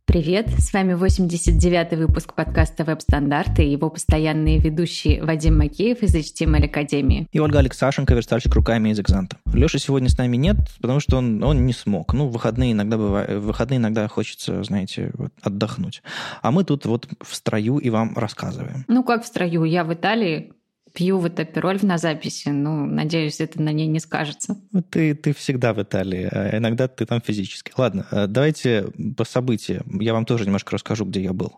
Привет, с вами 89-й выпуск подкаста «Веб-стандарты» и его постоянные ведущие Вадим Макеев из HTML Академии. И Ольга Алексашенко, верстальщик руками из Экзанта. Леша сегодня с нами нет, потому что он не смог. В выходные иногда хочется, знаете, отдохнуть. А мы тут в строю и вам рассказываем. Как в строю? Я в Италии. Пью в Этапероль на записи, надеюсь, это на ней не скажется. Ты всегда в Италии, а иногда ты там физически. Ладно, давайте по событиям. Я вам тоже немножко расскажу, где я был.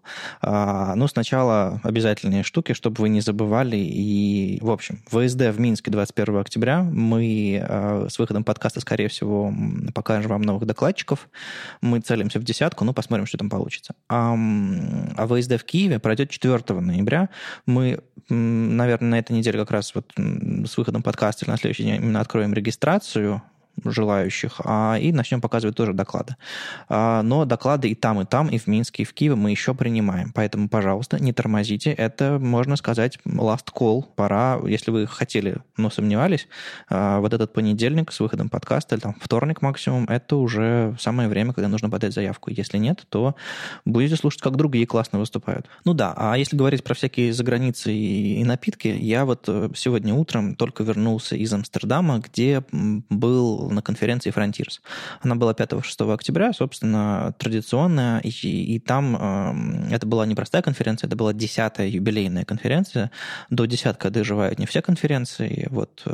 Сначала обязательные штуки, чтобы вы не забывали. И, в общем, ВСД в Минске 21 октября. Мы с выходом подкаста, скорее всего, покажем вам новых докладчиков. Мы целимся в 10, посмотрим, что там получится. А ВСД в Киеве пройдет 4 ноября. Мы, наверное, на этой неделе как раз с выходом подкаста или на следующий день именно откроем регистрацию желающих, и начнем показывать тоже доклады. Но доклады и там, и в Минске, и в Киеве мы еще принимаем. Поэтому, пожалуйста, не тормозите. Это, можно сказать, last call. Пора, если вы хотели, но сомневались, этот понедельник с выходом подкаста, или вторник максимум, это уже самое время, когда нужно подать заявку. Если нет, то будете слушать, как другие классно выступают. А если говорить про всякие заграницы и напитки, я сегодня утром только вернулся из Амстердама, где был на конференции Frontiers. Она была 5-6 октября, собственно, традиционная, и там это была не простая конференция, это была 10-я юбилейная конференция. До 10 доживают не все конференции.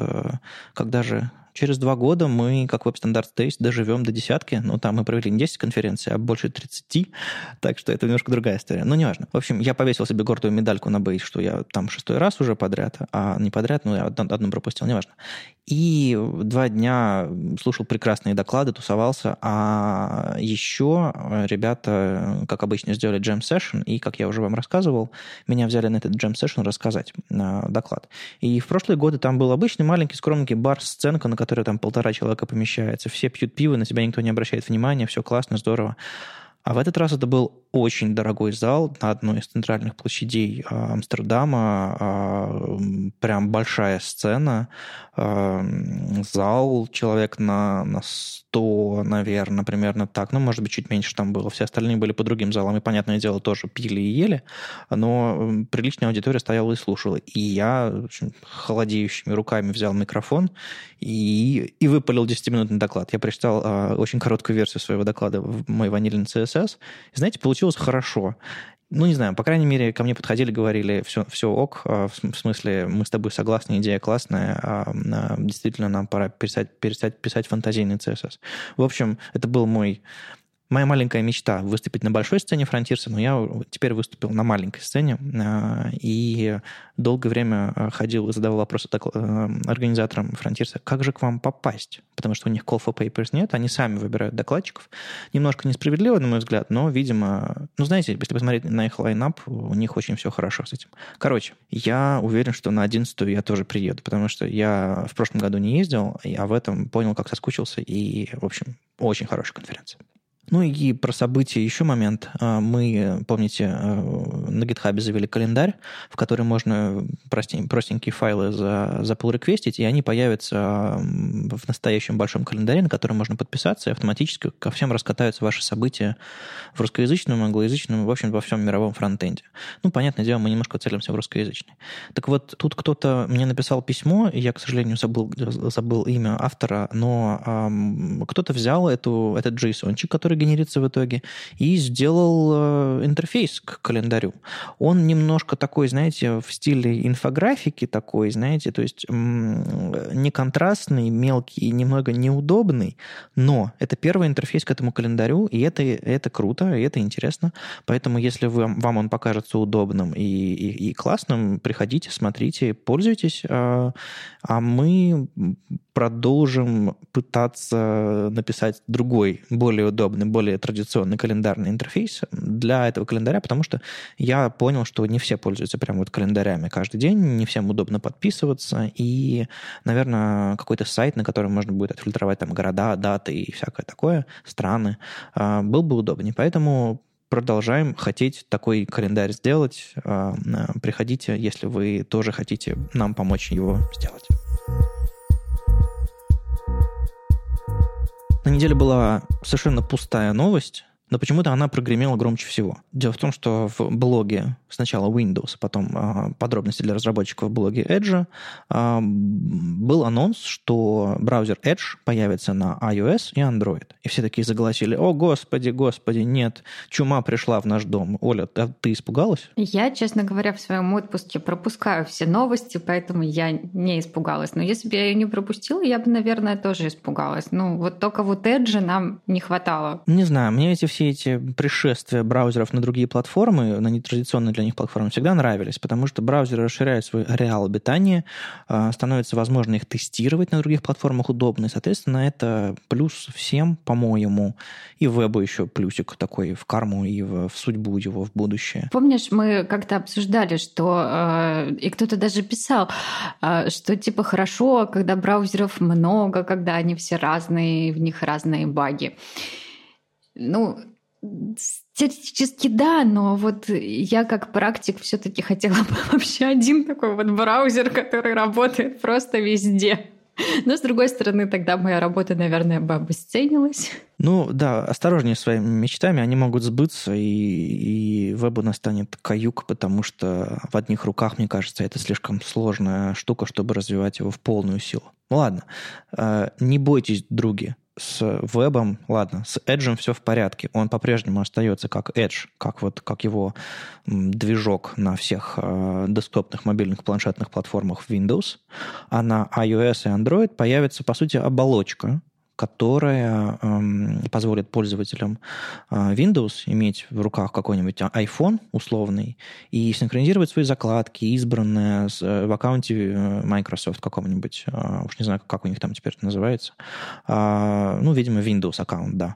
Когда же... Через 2 года мы, как Web-Standards Days, доживем до 10. Там мы провели не 10 конференций, а больше 30. Так что это немножко другая история. Неважно. В общем, я повесил себе гордую медальку на бейдж, что я там 6-й раз уже подряд, я одну пропустил, неважно. И 2 дня слушал прекрасные доклады, тусовался. А еще ребята, как обычно, сделали Jam Session, и, как я уже вам рассказывал, меня взяли на этот Jam Session рассказать доклад. И в прошлые годы там был обычный маленький скромненький бар-сценка, на которой там 1,5 человека помещается. Все пьют пиво, на себя никто не обращает внимания, все классно, здорово. А в этот раз это был очень дорогой зал на одной из центральных площадей Амстердама. Прям большая сцена. Зал человек на 100, наверное, примерно так. Может быть, чуть меньше там было. Все остальные были по другим залам. И, понятное дело, тоже пили и ели. Но приличная аудитория стояла и слушала. И я, в общем, холодеющими руками взял микрофон и выпалил 10-минутный доклад. Я прочитал очень короткую версию своего доклада в мой ванильный CSS. И, знаете, получилось хорошо. Не знаю, по крайней мере, ко мне подходили, говорили, все ок, в смысле, мы с тобой согласны, идея классная, действительно, нам пора перестать писать фантазийный CSS. В общем, это был моя маленькая мечта выступить на большой сцене Frontiers, но я теперь выступил на маленькой сцене и долгое время ходил и задавал вопросы организаторам Frontiers, как же к вам попасть? Потому что у них call for papers нет, они сами выбирают докладчиков. Немножко несправедливо, на мой взгляд, но, видимо, знаете, если посмотреть на их лайнап, у них очень все хорошо с этим. Короче, я уверен, что на 11-ю я тоже приеду, потому что я в прошлом году не ездил, а в этом понял, как соскучился, и, в общем, очень хорошая конференция. И про события еще момент. Мы, помните, на GitHub завели календарь, в который можно простенькие файлы запул-реквестить, и они появятся в настоящем большом календаре, на который можно подписаться, и автоматически ко всем раскатаются ваши события в русскоязычном, англоязычном, в общем, во всем мировом фронтенде. Понятное дело, мы немножко целимся в русскоязычный. Так вот, тут кто-то мне написал письмо, и я, к сожалению, забыл имя автора, но кто-то взял этот JSON-чик, который генерится в итоге, и сделал интерфейс к календарю. Он немножко такой, знаете, в стиле инфографики такой, знаете, то есть не контрастный, мелкий, немного неудобный, но это первый интерфейс к этому календарю, и это круто, и это интересно. Поэтому, если вам он покажется удобным и классным, приходите, смотрите, пользуйтесь, а мы продолжим пытаться написать другой, более удобный, более традиционный календарный интерфейс для этого календаря, потому что я понял, что не все пользуются прям календарями каждый день, не всем удобно подписываться, и, наверное, какой-то сайт, на котором можно будет отфильтровать там города, даты и всякое такое, страны, был бы удобнее. Поэтому продолжаем хотеть такой календарь сделать. Приходите, если вы тоже хотите нам помочь его сделать. На неделе была совершенно пустая новость, но почему-то она прогремела громче всего. Дело в том, что в блоге сначала Windows, потом подробности для разработчиков в блоге Edge был анонс, что браузер Edge появится на iOS и Android. И все такие заголосили: «О, господи, господи, нет, чума пришла в наш дом». Оля, ты испугалась? Я, честно говоря, в своем отпуске пропускаю все новости, поэтому я не испугалась. Но если бы я ее не пропустила, я бы, наверное, тоже испугалась. Ну, вот только вот Edge нам не хватало. Не знаю, мне все эти пришествия браузеров на другие платформы, на нетрадиционные для них платформы, всегда нравились, потому что браузеры расширяют свой ареал обитания, становится возможно их тестировать на других платформах удобно, и, соответственно, это плюс всем, по-моему, и вебу еще плюсик такой в карму и в судьбу его в будущее. Помнишь, мы как-то обсуждали, что и кто-то даже писал, что типа хорошо, когда браузеров много, когда они все разные, в них разные баги. Ну, теоретически да, но вот я как практик все-таки хотела бы вообще один такой вот браузер, который работает просто везде. Но, с другой стороны, тогда моя работа, наверное, бы обесценилась. Ну, да, осторожнее с своими мечтами, они могут сбыться, и вебу настанет каюк, потому что в одних руках, мне кажется, это слишком сложная штука, чтобы развивать его в полную силу. Ну, ладно, не бойтесь, други. С вебом, ладно, с Edge все в порядке. Он по-прежнему остается как Edge, как его движок на всех десктопных, мобильных, планшетных платформах Windows. А на iOS и Android появится, по сути, оболочка, которая позволит пользователям Windows иметь в руках какой-нибудь iPhone условный и синхронизировать свои закладки, избранные в аккаунте Microsoft каком-нибудь, уж не знаю, как у них там теперь это называется, ну, видимо, Windows аккаунт, да,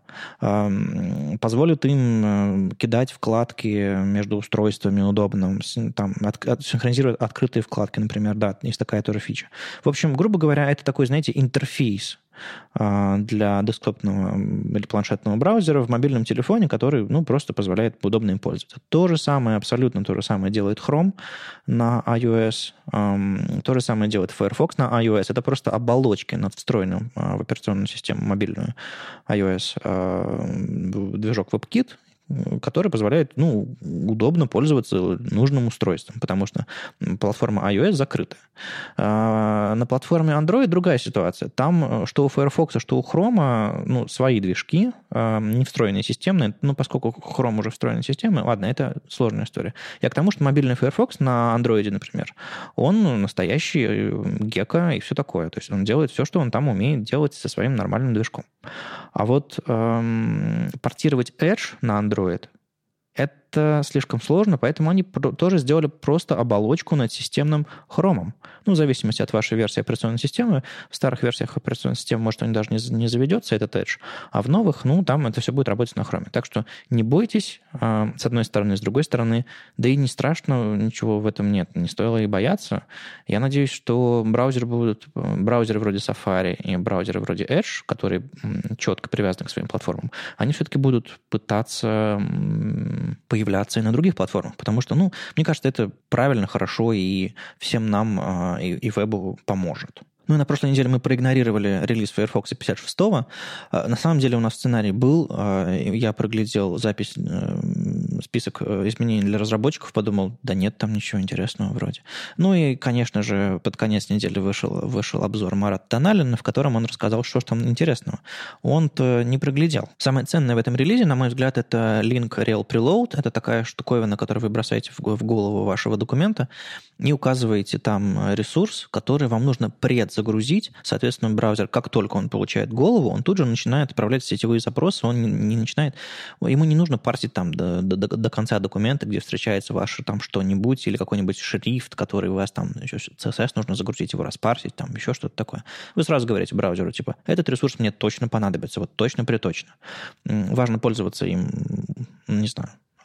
позволит им кидать вкладки между устройствами удобно, там, синхронизировать открытые вкладки, например, да, есть такая тоже фича. В общем, грубо говоря, это такой, знаете, интерфейс для десктопного или планшетного браузера в мобильном телефоне, который, ну, просто позволяет удобно им пользоваться. То же самое, абсолютно то же самое делает Chrome на iOS, то же самое делает Firefox на iOS. Это просто оболочки над встроенным в операционную систему мобильную iOS движок WebKit, который позволяет, ну, удобно пользоваться нужным устройством, потому что платформа iOS закрыта. На платформе Android другая ситуация. Там что у Firefox, что у Chrome, ну, свои движки, не встроенные системные, ну, поскольку Chrome уже встроенная система, ладно, это сложная история. Я к тому, что мобильный Firefox на Android, например, он настоящий гека и все такое. То есть он делает все, что он там умеет делать со своим нормальным движком. А вот портировать Edge на Android это слишком сложно, поэтому они тоже сделали просто оболочку над системным Chrome. Ну, в зависимости от вашей версии операционной системы. В старых версиях операционной системы, может, он даже не заведется, этот Edge, а в новых, ну, там это все будет работать на Chrome. Так что не бойтесь, с одной стороны, с другой стороны, да и не страшно, ничего в этом нет, не стоило и бояться. Я надеюсь, что браузеры вроде Safari и браузеры вроде Edge, которые четко привязаны к своим платформам, они все-таки будут пытаться появляться и на других платформах, потому что, ну, мне кажется, это правильно, хорошо и всем нам, и вебу поможет. Ну и на прошлой неделе мы проигнорировали релиз Firefox 56-го. На самом деле у нас сценарий был, я проглядел список изменений для разработчиков, подумал, да нет там ничего интересного вроде. Ну и, конечно же, под конец недели вышел обзор Марата Тоналина, в котором он рассказал, что ж там интересного. Он-то не проглядел. Самое ценное в этом релизе, на мой взгляд, это link rel preload. Это такая штуковина, которую вы бросаете в голову вашего документа и указываете там ресурс, который вам нужно предзагрузить. Соответственно, браузер, как только он получает голову, он тут же начинает отправлять сетевые запросы, он не начинает, ему не нужно парсить там до конца документа, где встречается ваше там что-нибудь или какой-нибудь шрифт, который у вас там, еще CSS нужно загрузить, его распарсить, там еще что-то такое. Вы сразу говорите браузеру, типа, этот ресурс мне точно понадобится, вот точно-приточно. Важно пользоваться им, не знаю,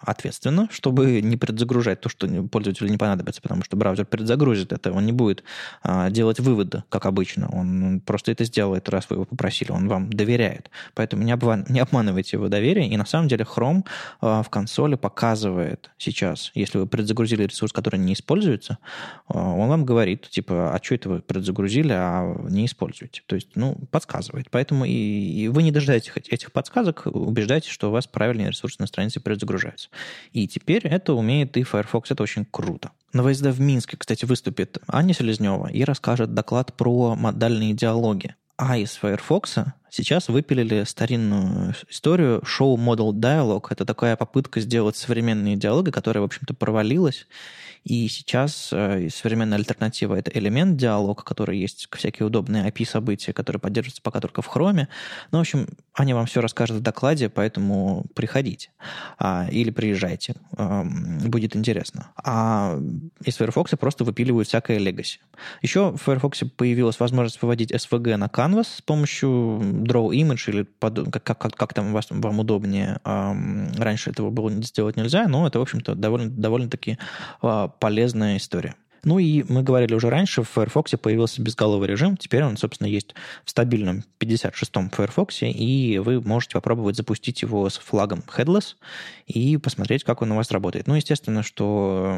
ответственно, чтобы не предзагружать то, что пользователю не понадобится, потому что браузер предзагрузит это, он не будет делать выводы, как обычно. Он просто это сделает, раз вы его попросили, он вам доверяет. Поэтому не обманывайте его доверие. И на самом деле Chrome в консоли показывает сейчас, если вы предзагрузили ресурс, который не используется, он вам говорит, типа, а что это вы предзагрузили, а не используете. То есть, подсказывает. Поэтому и вы не дожидаетесь этих подсказок, убеждайтесь, что у вас правильные ресурсы на странице предзагружаются. И теперь это умеет и Firefox, это очень круто. На ВСД в Минске, кстати, выступит Аня Селезнева и расскажет доклад про модальные диалоги. А из Firefox сейчас выпилили старинную историю Show Model Dialog. Это такая попытка сделать современные диалоги, которая, в общем-то, провалилась. И сейчас современная альтернатива – это элемент диалога, который есть всякие удобные API-события, которые поддерживаются пока только в Chrome. В общем, Аня вам все расскажет в докладе, поэтому приходите или приезжайте. Будет интересно. А из Firefox просто выпиливают всякое legacy. Еще в Firefox появилась возможность выводить SVG на Canvas с помощью Draw Image или как там вам удобнее. Раньше этого было сделать нельзя, но это, в общем-то, довольно-таки полезная история. И мы говорили уже раньше, в Firefox появился безголовый режим, теперь он, собственно, есть в стабильном 56-м Firefox, и вы можете попробовать запустить его с флагом headless и посмотреть, как он у вас работает. Естественно, что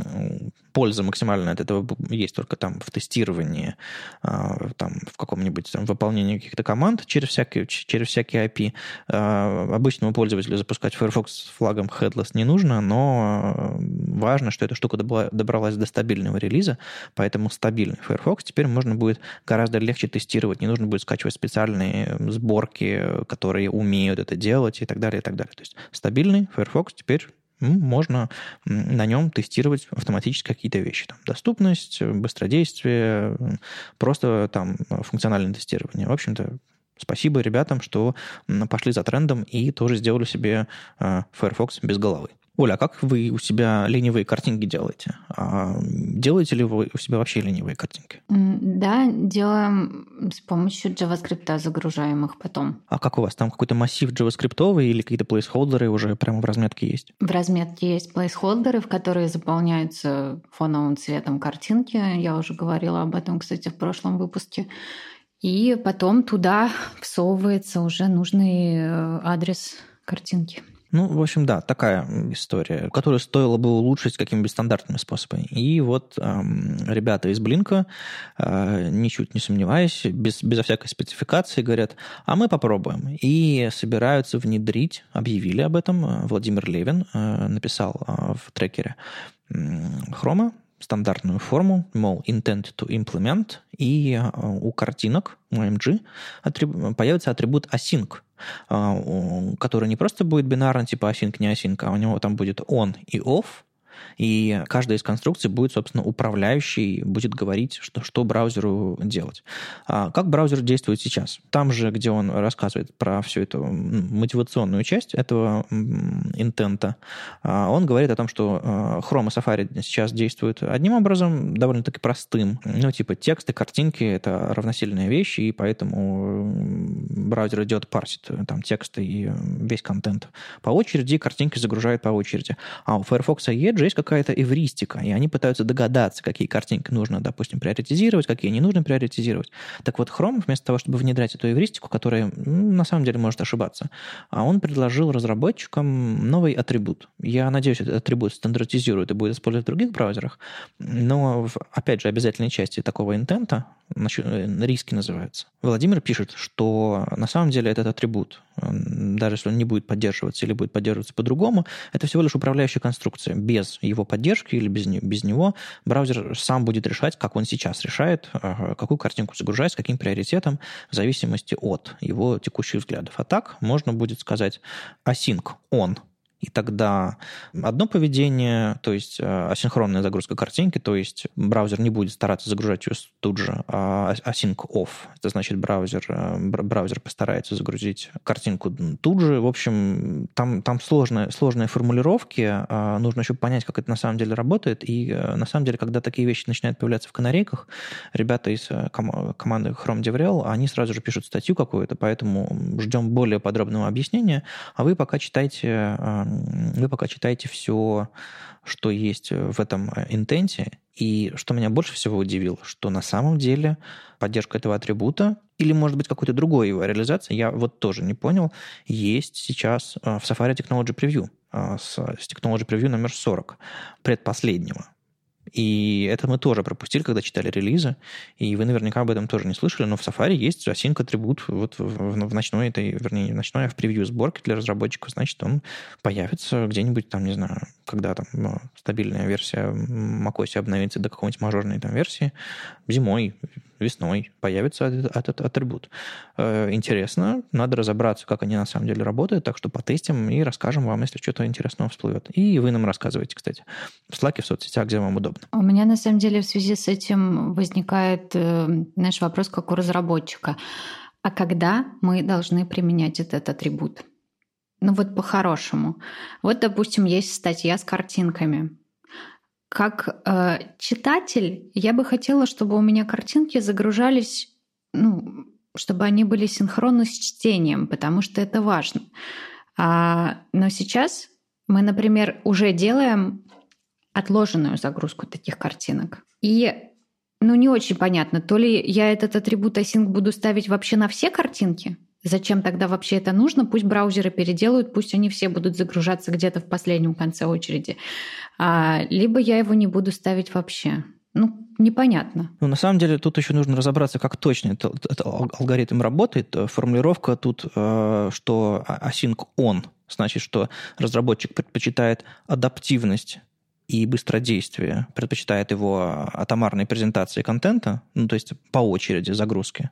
польза максимальная от этого есть только там в тестировании, там, в каком-нибудь там выполнении каких-то команд через всякие API. Обычному пользователю запускать Firefox с флагом headless не нужно, но важно, что эта штука добралась до стабильного релиза, поэтому стабильный Firefox теперь можно будет гораздо легче тестировать, не нужно будет скачивать специальные сборки, которые умеют это делать и так далее, и так далее. То есть стабильный Firefox теперь можно на нем тестировать автоматически какие-то вещи. Там, доступность, быстродействие, просто там функциональное тестирование. В общем-то, спасибо ребятам, что пошли за трендом и тоже сделали себе Firefox без головы. Оля, а как вы у себя ленивые картинки делаете? Делаете ли вы у себя вообще ленивые картинки? Да, делаем с помощью JavaScript, загружаем их потом. А как у вас? Там какой-то массив JavaScript или какие-то плейсхолдеры уже прямо в разметке есть? В разметке есть плейсхолдеры, в которые заполняются фоновым цветом картинки. Я уже говорила об этом, кстати, в прошлом выпуске. И потом туда всовывается уже нужный адрес картинки. В общем, да, такая история, которую стоило бы улучшить какими-нибудь стандартными способами. И вот ребята из Блинка, ничуть не сомневаясь, безо всякой спецификации, говорят, а мы попробуем. И собираются внедрить, объявили об этом, Владимир Левин написал в трекере Хрома стандартную форму, мол, intent to implement, и у картинок, у MG, появится атрибут async, который не просто будет бинарный, типа async, не async, а у него там будет on и off, и каждая из конструкций будет, собственно, управляющей, будет говорить, что браузеру делать. Как браузер действует сейчас? Там же, где он рассказывает про всю эту мотивационную часть этого интента, он говорит о том, что Chrome и Safari сейчас действуют одним образом, довольно-таки простым. Типа тексты, картинки — это равносильные вещи, и поэтому браузер идет, парсит там тексты и весь контент по очереди, и картинки загружает по очереди. А у Firefox и Edge есть какая-то эвристика, и они пытаются догадаться, какие картинки нужно, допустим, приоритизировать, какие не нужно приоритизировать. Так вот, Chrome, вместо того, чтобы внедрять эту эвристику, которая на самом деле может ошибаться, он предложил разработчикам новый атрибут. Я надеюсь, этот атрибут стандартизирует и будет использовать в других браузерах, но, опять же, обязательной части такого интента, риски называются. Владимир пишет, что на самом деле этот атрибут, даже если он не будет поддерживаться или будет поддерживаться по-другому, это всего лишь управляющая конструкция. Без его поддержки или без него браузер сам будет решать, как он сейчас решает, какую картинку загружать, с каким приоритетом, в зависимости от его текущих взглядов. А так можно будет сказать async on, и тогда одно поведение, то есть асинхронная загрузка картинки, то есть браузер не будет стараться загружать ее тут же, а async off. Это значит, браузер постарается загрузить картинку тут же. В общем, там сложные формулировки. Нужно еще понять, как это на самом деле работает. И на самом деле, когда такие вещи начинают появляться в канарейках, ребята из команды Chrome DevRel, они сразу же пишут статью какую-то, поэтому ждем более подробного объяснения. А вы пока читайте вы пока читаете все, что есть в этом интенте. И что меня больше всего удивило, что на самом деле поддержка этого атрибута или, может быть, какой-то другой его реализации, я вот тоже не понял, есть сейчас в Safari Technology Preview, с Technology Preview номер 40, предпоследнего. И это мы тоже пропустили, когда читали релизы, и вы наверняка об этом тоже не слышали, но в Safari есть async атрибут вот в ночной этой, вернее, не в ночной, а в превью сборки для разработчиков, значит, он появится где-нибудь там, не знаю, когда там стабильная версия macOS обновится до какой-нибудь мажорной там версии, зимой, весной появится этот атрибут. Интересно, надо разобраться, как они на самом деле работают, так что потестим и расскажем вам, если что-то интересного всплывет. И вы нам рассказываете, кстати, в Slack, в соцсетях, где вам удобно. У меня, на самом деле, в связи с этим возникает, знаешь, вопрос, как у разработчика. А когда мы должны применять этот атрибут? Ну вот по-хорошему. Вот, допустим, есть статья с картинками. Как читатель я бы хотела, чтобы у меня картинки загружались, чтобы они были синхронны с чтением, потому что это важно. Но сейчас мы, например, уже делаем отложенную загрузку таких картинок. И не очень понятно, то ли я этот атрибут async буду ставить вообще на все картинки, зачем тогда вообще это нужно, пусть браузеры переделают, пусть они все будут загружаться где-то в последнем конце очереди, либо я его не буду ставить вообще. Непонятно. На самом деле тут еще нужно разобраться, как точно этот алгоритм работает. Формулировка тут, что async on, значит, что разработчик предпочитает адаптивность и быстродействие, предпочитает его атомарной презентации контента, то есть по очереди загрузки.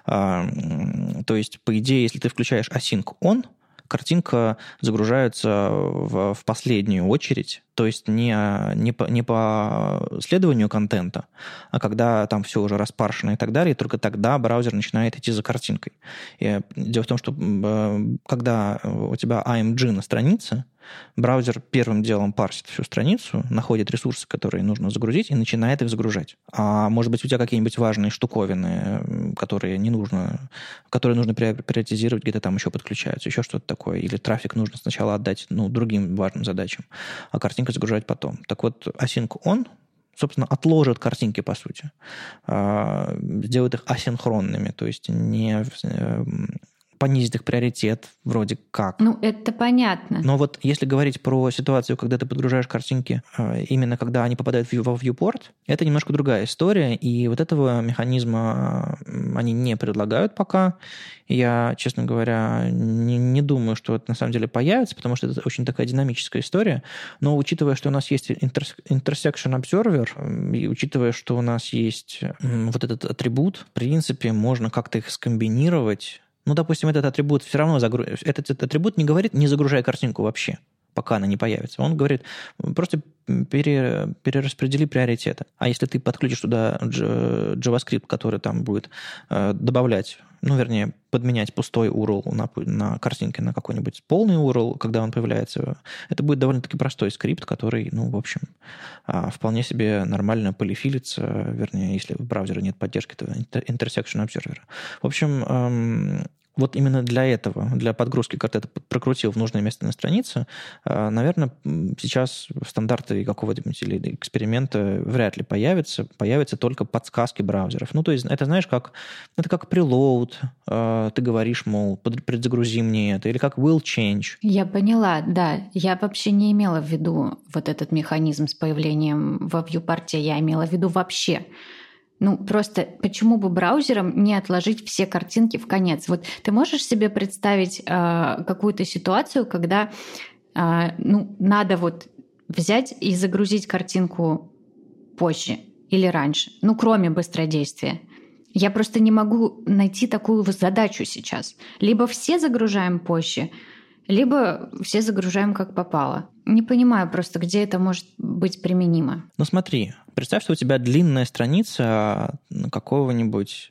То есть, по идее, если ты включаешь async on, картинка загружается в последнюю очередь, то есть не по следованию контента, а когда там все уже распаршено и так далее, и только тогда браузер начинает идти за картинкой. И дело в том, что когда у тебя AMG на странице, браузер первым делом парсит всю страницу, находит ресурсы, которые нужно загрузить, и начинает их загружать. А может быть, у тебя какие-нибудь важные штуковины, которые нужно приоритизировать, где-то там еще подключаются, еще что-то такое. Или трафик нужно сначала отдать другим важным задачам, а картинка загружать потом. Так вот, async on, собственно, отложит картинки, по сути. Сделает их асинхронными, то есть не понизит их приоритет вроде как. Это понятно. Но вот если говорить про ситуацию, когда ты подгружаешь картинки, именно когда они попадают во viewport, это немножко другая история, и вот этого механизма они не предлагают пока. Я, честно говоря, не думаю, что это на самом деле появится, потому что это очень такая динамическая история. Но учитывая, что у нас есть intersection observer, и учитывая, что у нас есть вот этот атрибут, в принципе, можно как-то их скомбинировать. Допустим, этот атрибут все равно этот атрибут не говорит «не загружай картинку вообще», пока она не появится. Он говорит просто перераспредели приоритеты. А если ты подключишь туда JavaScript, который там будет добавлять, подменять пустой URL на картинке на какой-нибудь полный URL, когда он появляется, это будет довольно-таки простой скрипт, который, в общем, вполне себе нормально полифилится, вернее, если в браузере нет поддержки этого intersection observer. В общем, вот именно для этого, для подгрузки, когда ты прокрутил в нужное место на странице, наверное, сейчас стандарты какого-нибудь или эксперимента вряд ли появятся. Появятся только подсказки браузеров. То есть это, знаешь, это как preload. Ты говоришь, мол, предзагрузи мне это. Или как will change. Я поняла, да. Я вообще не имела в виду вот этот механизм с появлением во viewport. Я имела в виду вообще. Просто почему бы браузерам не отложить все картинки в конец? Вот ты можешь себе представить какую-то ситуацию, когда надо взять и загрузить картинку позже или раньше, кроме быстродействия. Я просто не могу найти такую задачу сейчас. Либо все загружаем позже, либо все загружаем как попало. Не понимаю просто, где это может быть применимо. Смотри, представь, что у тебя длинная страница какого-нибудь,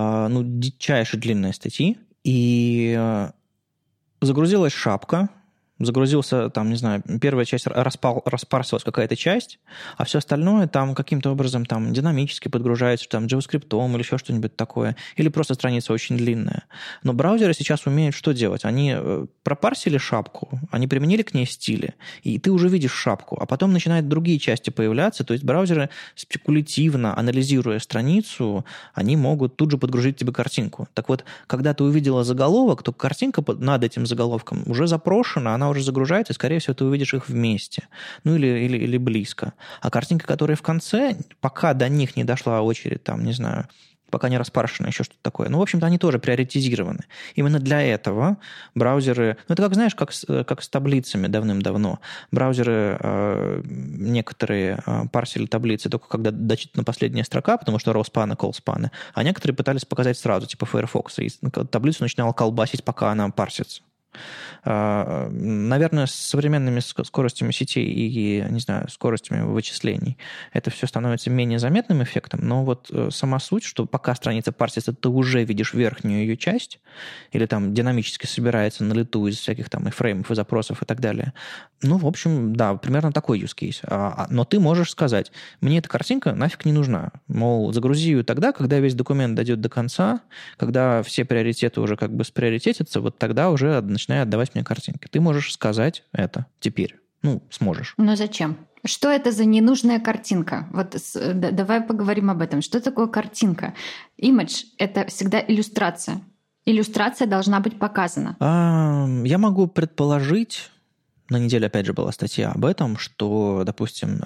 дичайше длинной статьи, и загрузилась шапка, загрузился, там, не знаю, первая часть распарсилась какая-то часть, а все остальное там каким-то образом там динамически подгружается, там, JavaScript или еще что-нибудь такое, или просто страница очень длинная. Но браузеры сейчас умеют что делать? Они пропарсили шапку, они применили к ней стили, и ты уже видишь шапку, а потом начинают другие части появляться, то есть браузеры спекулятивно, анализируя страницу, они могут тут же подгрузить тебе картинку. Так вот, когда ты увидела заголовок, то картинка над этим заголовком уже запрошена, она уже загружается, и, скорее всего, ты увидишь их вместе. Ну, или близко. А картинка, которая в конце, пока до них не дошла очередь, там, не знаю, пока не распаршено, еще что-то такое. Ну, в общем-то, они тоже приоритизированы. Именно для этого браузеры... Ну, это как, знаешь, как с таблицами давным-давно. Браузеры некоторые парсили таблицы только когда дочитана последняя строка, потому что row-спаны, call-спаны, а некоторые пытались показать сразу, типа Firefox. И таблицу начинала колбасить, пока она парсится. Наверное, с современными скоростями сетей и, не знаю, скоростями вычислений это все становится менее заметным эффектом, но вот сама суть, что пока страница парсится, ты уже видишь верхнюю ее часть, или там динамически собирается на лету из всяких там и фреймов, и запросов, и так далее. Ну, в общем, да, примерно такой use case. Но ты можешь сказать, мне эта картинка нафиг не нужна. Мол, загрузи ее тогда, когда весь документ дойдет до конца, когда все приоритеты уже как бы сприоритетятся, вот тогда уже начинай отдавать мне картинки. Ты можешь сказать это теперь. Ну, сможешь. Но зачем? Что это за ненужная картинка? Вот давай поговорим об этом. Что такое картинка? Имидж — это всегда иллюстрация. Иллюстрация должна быть показана. Я могу предположить, на неделе, опять же, была статья об этом, что, допустим,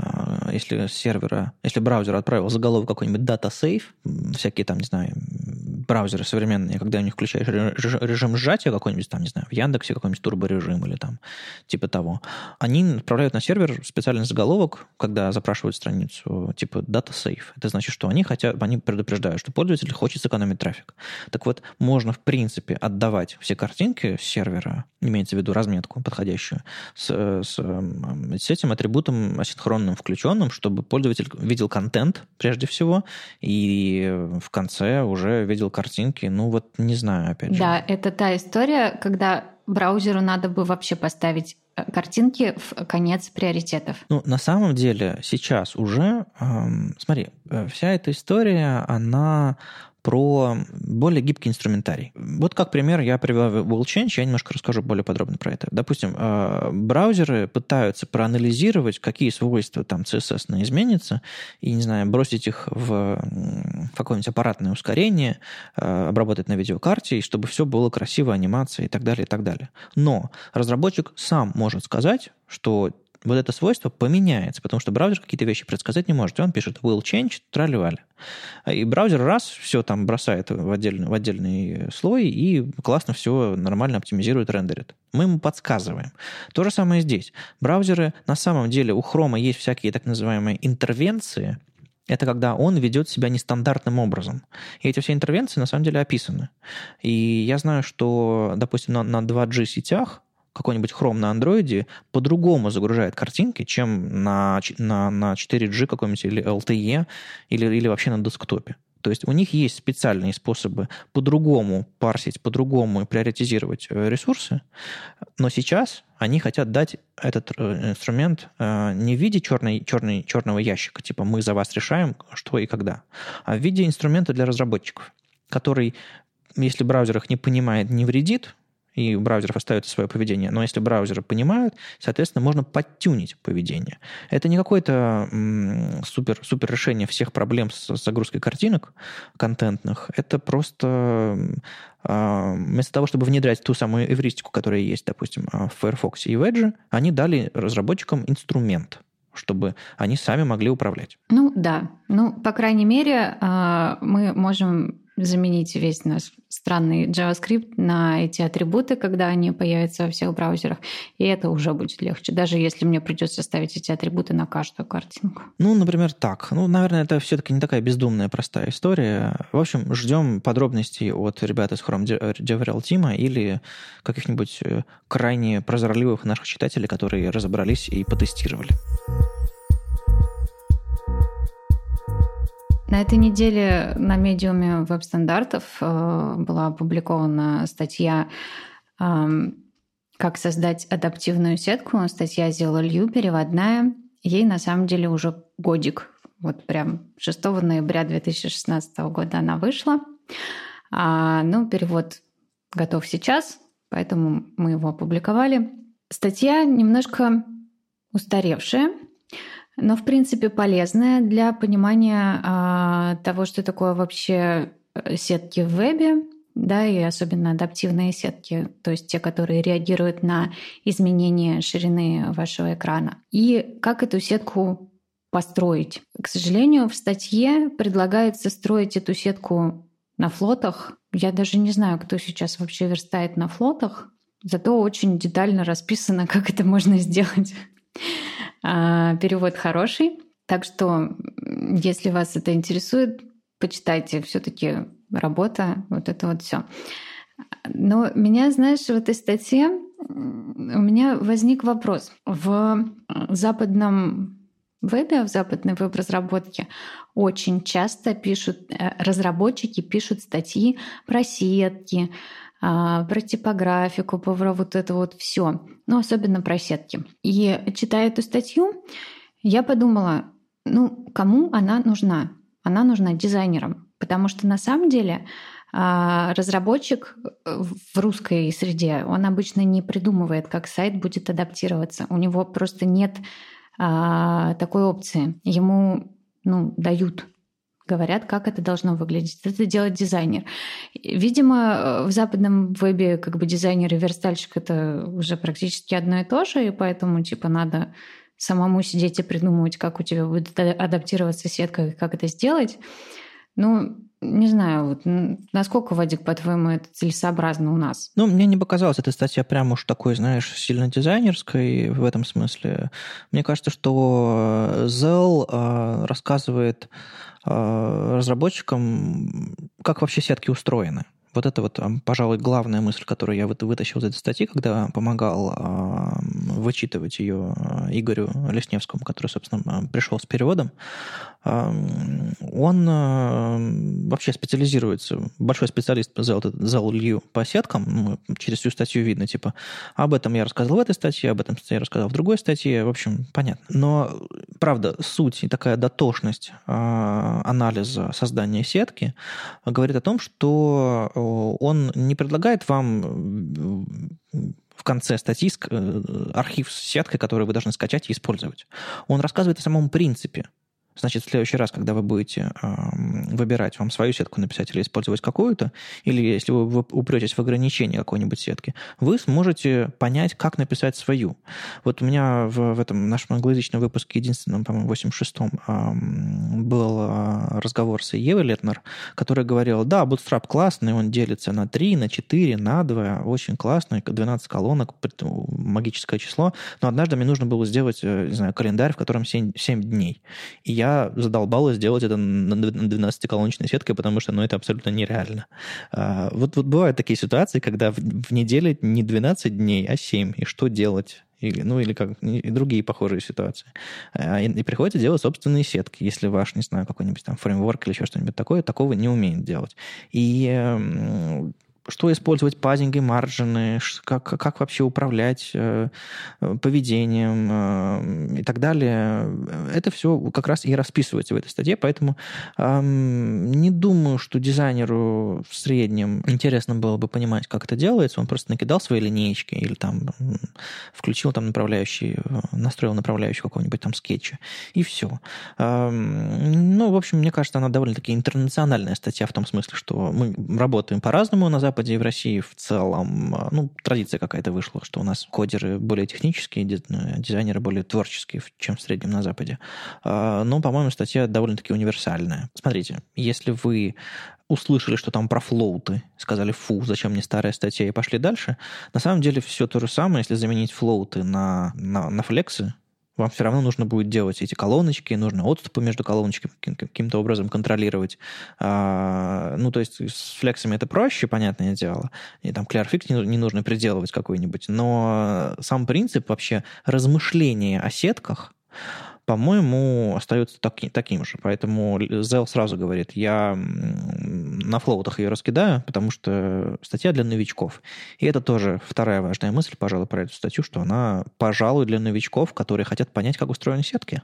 если браузер отправил заголовок какой-нибудь data safe, всякие там, не знаю, браузеры современные, когда у них включаешь режим сжатия какой-нибудь, там, не знаю, в Яндексе какой-нибудь турборежим или там типа того, они отправляют на сервер специальный заголовок, когда запрашивают страницу, типа data safe. Это значит, что они предупреждают, что пользователь хочет сэкономить трафик. Так вот, можно, в принципе, отдавать все картинки с сервера, имеется в виду разметку подходящую, с этим атрибутом асинхронным включенным, чтобы пользователь видел контент прежде всего и в конце уже видел картинки. Ну вот не знаю, опять же. Да, это та история, когда браузеру надо бы вообще поставить картинки в конец приоритетов. Ну, на самом деле сейчас уже, смотри, вся эта история, она про более гибкий инструментарий. Вот как пример я привел Will Change, я немножко расскажу более подробно про это. Допустим, браузеры пытаются проанализировать, какие свойства там CSS изменятся, и, не знаю, бросить их в какое-нибудь аппаратное ускорение, обработать на видеокарте, и чтобы все было красиво, анимация и так далее, и так далее. Но разработчик сам может сказать, что вот это свойство поменяется, потому что браузер какие-то вещи предсказать не может. И он пишет will change, трали-вали. И браузер раз все там бросает в отдельный слой и классно все нормально оптимизирует, рендерит. Мы ему подсказываем. То же самое здесь. Браузеры, на самом деле, у Chrome есть всякие так называемые интервенции. Это когда он ведет себя нестандартным образом. И эти все интервенции на самом деле описаны. И я знаю, что, допустим, на 2G сетях какой-нибудь Chrome на андроиде по-другому загружает картинки, чем на 4G какой-нибудь или LTE, или вообще на десктопе. То есть у них есть специальные способы по-другому парсить, по-другому приоритизировать ресурсы, но сейчас они хотят дать этот инструмент не в виде черного ящика, типа мы за вас решаем, что и когда, а в виде инструмента для разработчиков, который, если браузер их не понимает, не вредит, и у браузеров остается свое поведение. Но если браузеры понимают, соответственно, можно подтюнить поведение. Это не какое-то супер решение всех проблем с загрузкой картинок контентных. Это просто вместо того, чтобы внедрять ту самую эвристику, которая есть, допустим, в Firefox и в Edge, они дали разработчикам инструмент, чтобы они сами могли управлять. Ну да. Ну, по крайней мере, мы можем заменить весь наш странный JavaScript на эти атрибуты, когда они появятся во всех браузерах, и это уже будет легче, даже если мне придется ставить эти атрибуты на каждую картинку. Ну, например, так. Ну, наверное, это все-таки не такая бездумная, простая история. В общем, ждем подробностей от ребят из Chrome DevRel Team или каких-нибудь крайне прозорливых наших читателей, которые разобрались и потестировали. На этой неделе на медиуме веб-стандартов была опубликована статья как создать адаптивную сетку. Статья Зела Лью, переводная. Ей на самом деле уже годик. Вот прям 6 ноября 2016 года она вышла. Перевод готов сейчас, поэтому мы его опубликовали. Статья немножко устаревшая, но, в принципе, полезная для понимания того, что такое вообще сетки в вебе, да, и особенно адаптивные сетки, то есть те, которые реагируют на изменение ширины вашего экрана. И как эту сетку построить. К сожалению, в статье предлагается строить эту сетку на флотах. Я даже не знаю, кто сейчас вообще верстает на флотах, зато очень детально расписано, как это можно сделать. Перевод хороший. Так что, если вас это интересует, почитайте. Все-таки работа, вот это вот все. Но меня, знаешь, в этой статье у меня возник вопрос. В западном вебе, в западной веб-разработке очень часто разработчики пишут статьи про сетки, про типографику, про вот это вот все, но особенно про сетки. И читая эту статью, я подумала, кому она нужна? Она нужна дизайнерам, потому что на самом деле разработчик в русской среде, он обычно не придумывает, как сайт будет адаптироваться. У него просто нет такой опции. Ему дают, говорят, как это должно выглядеть. Это делает дизайнер. Видимо, в западном вебе дизайнер и верстальщик — это уже практически одно и то же, и поэтому надо самому сидеть и придумывать, как у тебя будет адаптироваться сетка и как это сделать. Не знаю, насколько, Вадик, по-твоему, это целесообразно у нас? Мне не показалась эта статья прям уж такой, знаешь, сильно дизайнерской в этом смысле. Мне кажется, что Zell рассказывает разработчикам, как вообще сетки устроены. Вот это вот, пожалуй, главная мысль, которую я вытащил из этой статьи, когда помогал вычитывать ее Игорю Лесневскому, который, собственно, пришел с переводом. Он вообще специализируется, большой специалист Зел Лью по сеткам, через всю статью видно, об этом я рассказал в этой статье, об этом я рассказал в другой статье, в общем, понятно. Но, правда, суть и такая дотошность анализа создания сетки говорит о том, что он не предлагает вам в конце статьи архив с сеткой, которую вы должны скачать и использовать. Он рассказывает о самом принципе. Значит, в следующий раз, когда вы будете выбирать, вам свою сетку написать или использовать какую-то, или если вы упретесь в ограничение какой-нибудь сетки, вы сможете понять, как написать свою. Вот у меня в этом нашем англоязычном выпуске, единственном, по-моему, 86-м, был разговор с Евой Летнер, которая говорила, да, Bootstrap классный, он делится на 3, на 4, на 2, очень классный, 12 колонок, магическое число, но однажды мне нужно было сделать, не знаю, календарь, в котором 7 дней. И я задолбалась сделать это на 12-колоночной сеткой, потому что это абсолютно нереально. Вот бывают такие ситуации, когда в неделе не 12 дней, а 7. И что делать? И другие похожие ситуации. И приходится делать собственные сетки, если ваш, не знаю, какой-нибудь там фреймворк или еще что-нибудь такое, такого не умеет делать. И что использовать пазинги, маржины, как вообще управлять поведением и так далее. Это все как раз и расписывается в этой статье, поэтому не думаю, что дизайнеру в среднем интересно было бы понимать, как это делается. Он просто накидал свои линеечки или включил настроил направляющий какого-нибудь скетча, и все. В общем, мне кажется, она довольно-таки интернациональная статья в том смысле, что мы работаем по-разному на Западе и в России в целом. Традиция какая-то вышла, что у нас кодеры более технические, дизайнеры более творческие, чем в среднем на Западе. Но, по-моему, статья довольно-таки универсальная. Смотрите, если вы услышали, что там про флоуты, сказали, фу, зачем мне старая статья, и пошли дальше, на самом деле все то же самое, если заменить флоуты на флексы, вам все равно нужно будет делать эти колоночки, нужно отступы между колоночками каким-то образом контролировать. То есть с флексами это проще, понятное дело, и там clearfix не нужно приделывать какой-нибудь, но сам принцип вообще размышления о сетках, по-моему, остается таким же. Поэтому Zell сразу говорит, я на флоутах ее раскидаю, потому что статья для новичков. И это тоже вторая важная мысль, пожалуй, про эту статью, что она, пожалуй, для новичков, которые хотят понять, как устроены сетки.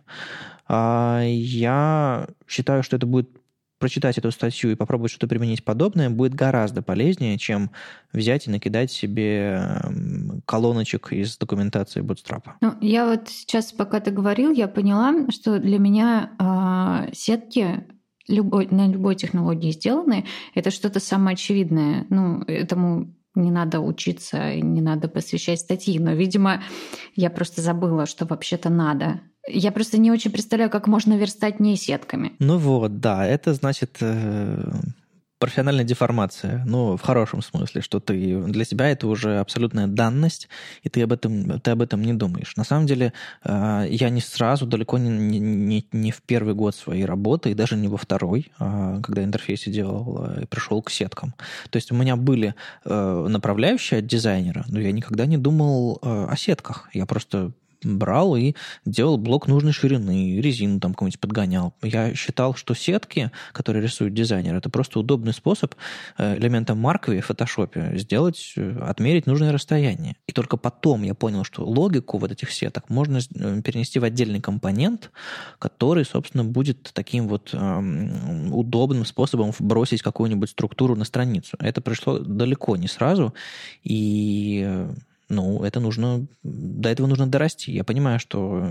Я считаю, что это будет прочитать эту статью и попробовать что-то применить подобное будет гораздо полезнее, чем взять и накидать себе колоночек из документации Bootstrap. Ну, я вот сейчас, пока ты говорил, я поняла, что для меня сетки на любой технологии сделаны, это что-то самое очевидное. Ну, этому не надо учиться, не надо посвящать статьи, но, видимо, я просто забыла, что вообще-то надо. Я просто не очень представляю, как можно верстать не сетками. Ну вот, да, это значит профессиональная деформация, ну, в хорошем смысле, что ты для тебя это уже абсолютная данность, и ты об этом не думаешь. На самом деле, я не сразу, далеко не в первый год своей работы, и даже не во второй, когда интерфейсы делал, и пришел к сеткам. То есть у меня были направляющие от дизайнера, но я никогда не думал о сетках. Я просто брал и делал блок нужной ширины, резину там какую-нибудь подгонял. Я считал, что сетки, которые рисует дизайнер, это просто удобный способ элементом маркови в фотошопе отмерить нужное расстояние. И только потом я понял, что логику вот этих сеток можно перенести в отдельный компонент, который, собственно, будет таким вот удобным способом вбросить какую-нибудь структуру на страницу. Это пришло далеко не сразу, и до этого нужно дорасти. Я понимаю, что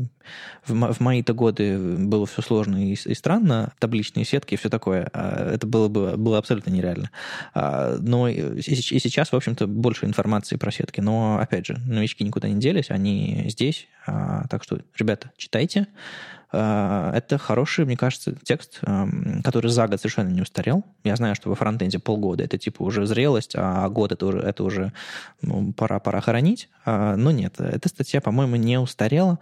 в мои-то годы было все сложно и странно, табличные сетки и все такое. Это было абсолютно нереально. Но и сейчас, в общем-то, больше информации про сетки. Но, опять же, новички никуда не делись, они здесь. Так что, ребята, читайте. Это хороший, мне кажется, текст, который за год совершенно не устарел. Я знаю, что во фронтенде полгода это типа уже зрелость, а год это уже пора хоронить. Но нет, эта статья, по-моему, не устарела.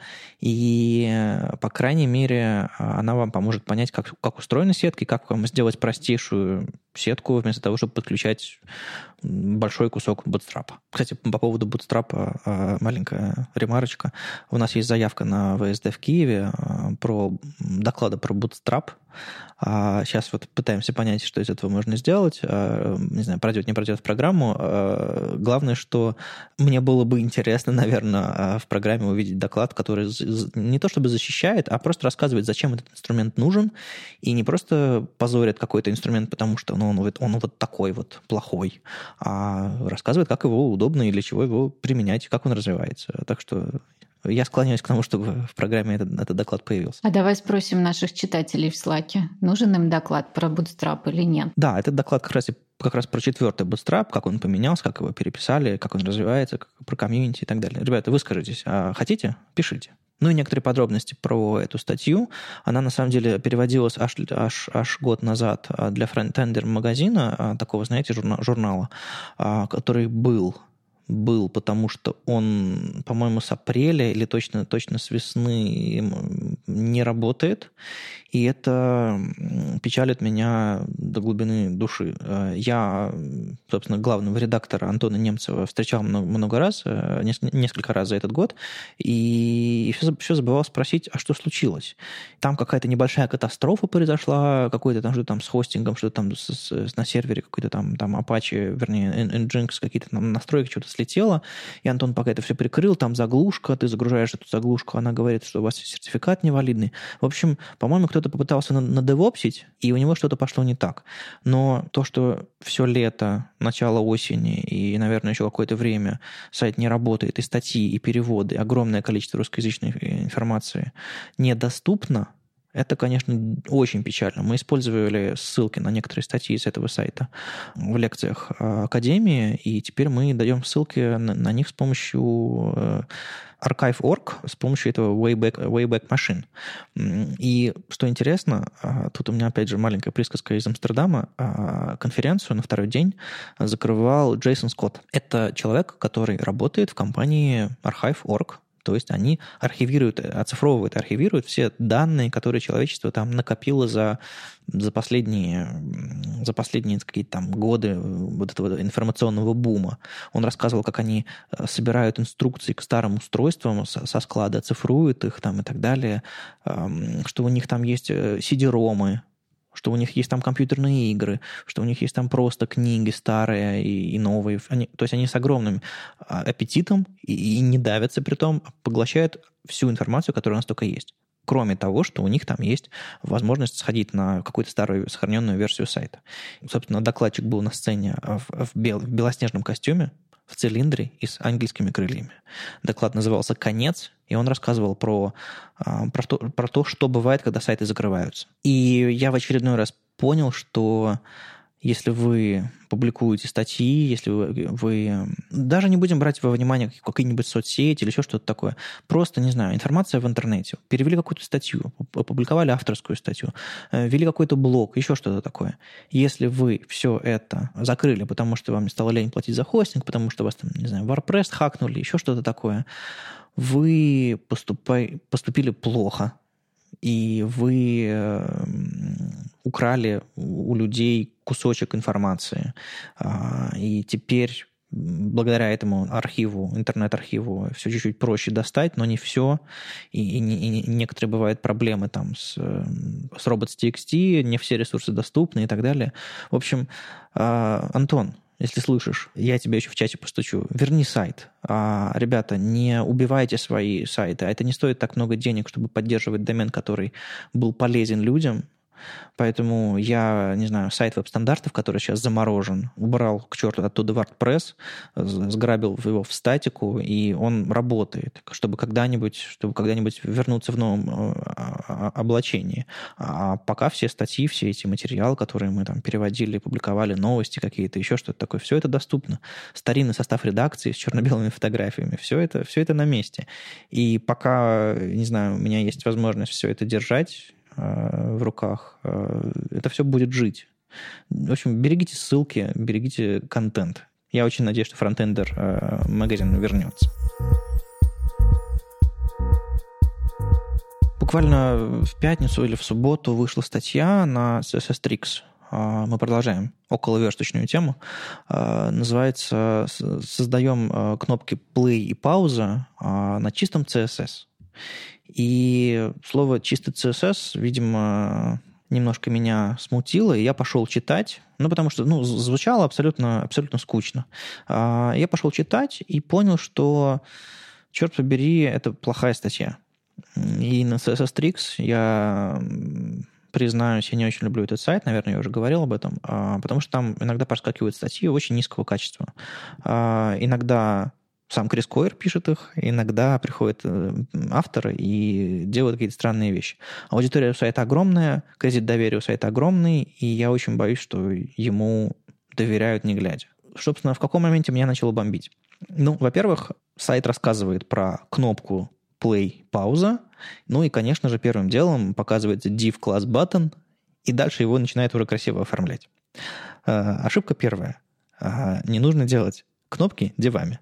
И, по крайней мере, она вам поможет понять, как устроены сетки, как вам сделать простейшую сетку вместо того, чтобы подключать большой кусок Bootstrap. Кстати, по поводу Bootstrap маленькая ремарочка. У нас есть заявка на ВСД в Киеве про доклады про Bootstrap. Сейчас вот пытаемся понять, что из этого можно сделать. Не знаю, пройдет, не пройдет в программу. Главное, что мне было бы интересно, наверное, в программе увидеть доклад, который не то чтобы защищает, а просто рассказывает, зачем этот инструмент нужен, и не просто позорит какой-то инструмент, потому что он вот такой вот плохой, а рассказывает, как его удобно и для чего его применять, как он развивается. Так что я склоняюсь к тому, чтобы в программе этот доклад появился. А давай спросим наших читателей в Slack, нужен им доклад про Bootstrap или нет? Да, этот доклад как раз про 4-й Bootstrap, как он поменялся, как его переписали, как он развивается, про комьюнити и так далее. Ребята, выскажитесь. Хотите? Пишите. Ну и некоторые подробности про эту статью. Она, на самом деле, переводилась аж год назад для фронтендер магазина, такого, знаете, журнала, который был, потому что он, по-моему, с апреля или точно с весны не работает, и это печалит меня до глубины души. Я, собственно, главного редактора Антона Немцева встречал много раз, несколько раз за этот год, и все забывал спросить, а что случилось? Там какая-то небольшая катастрофа произошла, какой-то там, что там с хостингом, что-то там на сервере какой-то там Apache, вернее, Nginx, какие-то там настройки, что-то слетело, и Антон пока это все прикрыл, там заглушка, ты загружаешь эту заглушку, она говорит, что у вас сертификат невалидный. В общем, по-моему, кто-то попытался надевопсить, и у него что-то пошло не так. Но то, что все лето, начало осени и, наверное, еще какое-то время сайт не работает, и статьи, и переводы, огромное количество русскоязычной информации недоступно, это, конечно, очень печально. Мы использовали ссылки на некоторые статьи с этого сайта в лекциях Академии, и теперь мы даем ссылки на них с помощью Archive.org, с помощью этого Wayback Machine. И что интересно, тут у меня, опять же, маленькая присказка из Амстердама, конференцию на второй день закрывал Джейсон Скотт. Это человек, который работает в компании Archive.org. То есть они архивируют все данные, которые человечество там накопило за последние какие-то там годы вот этого информационного бума. Он рассказывал, как они собирают инструкции к старым устройствам со склада, цифруют их там и так далее, что у них там есть CD-ромы, что у них есть там компьютерные игры, что у них есть там просто книги старые и новые. То есть они с огромным аппетитом и не давятся при том, поглощают всю информацию, которая у нас только есть. Кроме того, что у них там есть возможность сходить на какую-то старую сохраненную версию сайта. Собственно, докладчик был на сцене в белоснежном костюме, в цилиндре и с ангельскими крыльями. Доклад назывался «Конец», и он рассказывал про то, что бывает, когда сайты закрываются. И я в очередной раз понял, что если вы публикуете статьи, если вы даже не будем брать во внимание какие-нибудь соцсети или еще что-то такое, просто, не знаю, информация в интернете, перевели какую-то статью, опубликовали авторскую статью, ввели какой-то блог, еще что-то такое. Если вы все это закрыли, потому что вам не стало лень платить за хостинг, потому что вас там, не знаю, WordPress хакнули, еще что-то такое, вы поступили плохо, и вы украли у людей кусочек информации. И теперь благодаря этому архиву, интернет-архиву, все чуть-чуть проще достать, но не все. И некоторые бывают проблемы там с robots.txt, не все ресурсы доступны и так далее. В общем, Антон, если слышишь, я тебе еще в чате постучу. Верни сайт. Ребята, не убивайте свои сайты. Это не стоит так много денег, чтобы поддерживать домен, который был полезен людям. Поэтому я, не знаю, сайт веб-стандартов, который сейчас заморожен, убрал к черту оттуда WordPress, сграбил его в статику, и он работает, чтобы когда-нибудь вернуться в новом облачении. А пока все статьи, все эти материалы, которые мы там переводили, публиковали, новости какие-то, еще что-то такое, все это доступно. Старинный состав редакции с черно-белыми фотографиями, все это на месте. И пока, не знаю, у меня есть возможность все это держать в руках, это все будет жить. В общем, берегите ссылки, берегите контент. Я очень надеюсь, что Frontender магазин вернется. Буквально в пятницу или в субботу вышла статья на CSS Tricks. Мы продолжаем околоверсточную тему. Называется «Создаем кнопки play и пауза на чистом CSS». И слово «чистый CSS», видимо, немножко меня смутило, и я пошел читать, потому что звучало абсолютно скучно. Я пошел читать и понял, что, черт побери, это плохая статья. И на CSS Tricks я признаюсь, я не очень люблю этот сайт, наверное, я уже говорил об этом, потому что там иногда проскакивают статьи очень низкого качества. Иногда сам Крис Койер пишет их, иногда приходят авторы и делают какие-то странные вещи. Аудитория у сайта огромная, кредит доверия у сайта огромный, и я очень боюсь, что ему доверяют не глядя. Собственно, в каком моменте меня начало бомбить? Во-первых, сайт рассказывает про кнопку play, пауза, и, конечно же, первым делом показывается div class button, и дальше его начинает уже красиво оформлять. Ошибка первая. Не нужно делать кнопки дивами.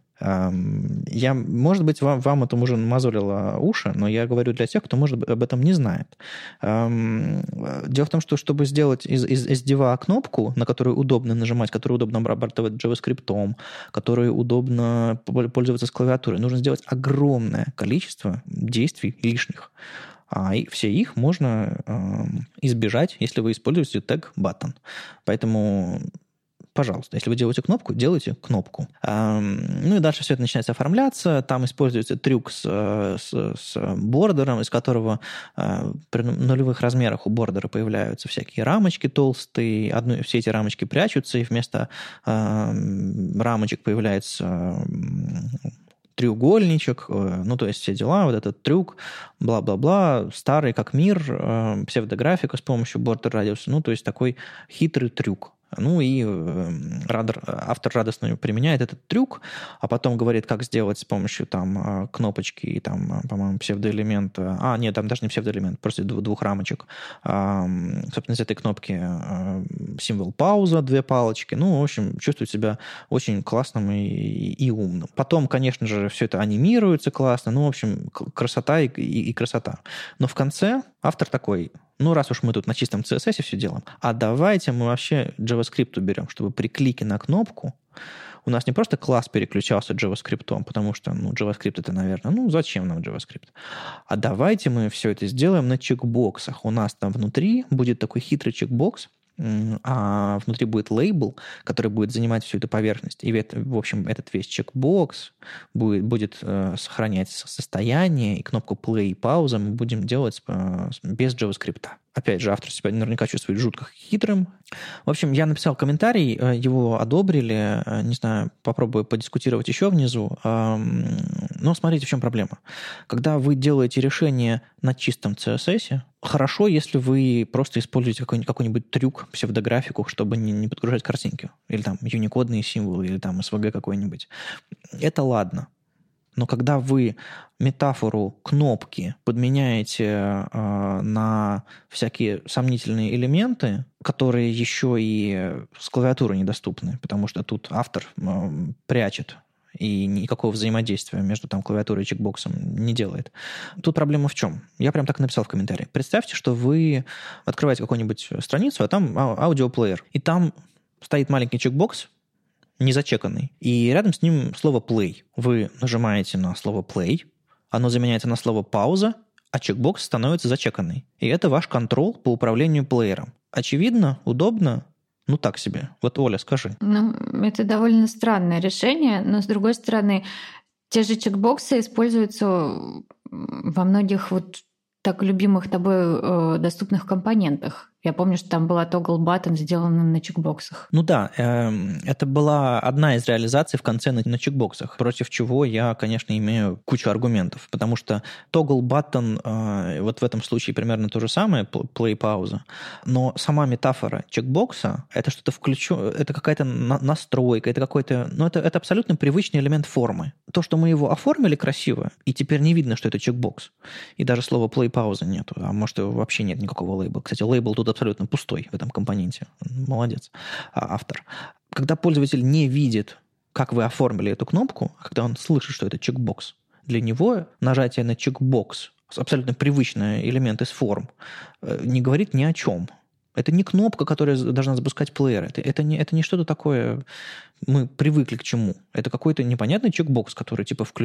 Может быть, вам это уже намазолило уши, но я говорю для тех, кто, может быть, об этом не знает. Дело в том, что чтобы сделать из дива кнопку, на которую удобно нажимать, которую удобно обрабатывать JavaScript, которую удобно пользоваться с клавиатурой, нужно сделать огромное количество действий лишних. И все их можно избежать, если вы используете тег button. Поэтому... Пожалуйста, если вы делаете кнопку, делайте кнопку. И дальше все это начинается оформляться. Там используется трюк с бордером, из которого при нулевых размерах у бордера появляются всякие рамочки толстые. Все эти рамочки прячутся, и вместо рамочек появляется треугольничек, то есть все дела, вот этот трюк, бла-бла-бла, старый как мир, псевдографика с помощью бордер радиуса, то есть такой хитрый трюк. Автор радостно применяет этот трюк, а потом говорит, как сделать с помощью кнопочки и по-моему, псевдоэлемента. Нет, там даже не псевдоэлемент, просто двух рамочек. Собственно, из этой кнопки символ пауза, 2 палочки. В общем, чувствует себя очень классным и умным. Потом, конечно же, все это анимируется классно. В общем, красота и красота. Но в конце автор такой... раз уж мы тут на чистом CSS все делаем, давайте мы вообще JavaScript уберем, чтобы при клике на кнопку у нас не просто класс переключался JavaScript, потому что, JavaScript это, наверное, зачем нам JavaScript? А давайте мы все это сделаем на чекбоксах. У нас там внутри будет такой хитрый чекбокс, а внутри будет лейбл, который будет занимать всю эту поверхность. И, в общем, этот весь чекбокс будет сохранять состояние, и кнопку play и пауза мы будем делать без JavaScript. Опять же, автор себя наверняка чувствует жутко хитрым. В общем, я написал комментарий, его одобрили. Не знаю, попробую подискутировать еще внизу. Но смотрите, в чем проблема. Когда вы делаете решение на чистом CSS, хорошо, если вы просто используете какой-нибудь трюк, псевдографику, чтобы не подгружать картинки. Или там юникодные символы, или там SVG какой-нибудь. Это ладно. Но когда вы метафору кнопки подменяете на всякие сомнительные элементы, которые еще и с клавиатуры недоступны, потому что тут автор прячет и никакого взаимодействия между клавиатурой и чекбоксом не делает. Тут проблема в чем? Я прям так написал в комментарии. Представьте, что вы открываете какую-нибудь страницу, а там аудиоплеер, и там стоит маленький чекбокс, не зачеканный, и рядом с ним слово play. Вы нажимаете на слово play, оно заменяется на слово пауза, а чекбокс становится зачеканный. И это ваш контрол по управлению плеером. Очевидно, удобно, так себе. Вот, Оля, скажи. Это довольно странное решение, но, с другой стороны, те же чекбоксы используются во многих так любимых тобой доступных компонентах. Я помню, что там была toggle button, сделана на чекбоксах. Это была одна из реализаций в конце на чекбоксах, против чего я, конечно, имею кучу аргументов, потому что toggle button вот в этом случае примерно то же самое, play-пауза, но сама метафора чекбокса – это что-то это какая-то настройка, это какой-то, это абсолютно привычный элемент формы. То, что мы его оформили красиво, и теперь не видно, что это чекбокс, и даже слова play-пауза нету, а может, вообще нет никакого лейбла. Кстати, лейбл тут абсолютно пустой в этом компоненте. Молодец, автор. Когда пользователь не видит, как вы оформили эту кнопку, когда он слышит, что это чекбокс, для него нажатие на чекбокс, абсолютно привычный элемент из форм, не говорит ни о чем. Это не кнопка, которая должна запускать плеер. Это не что-то такое, мы привыкли к чему. Это какой-то непонятный чекбокс, который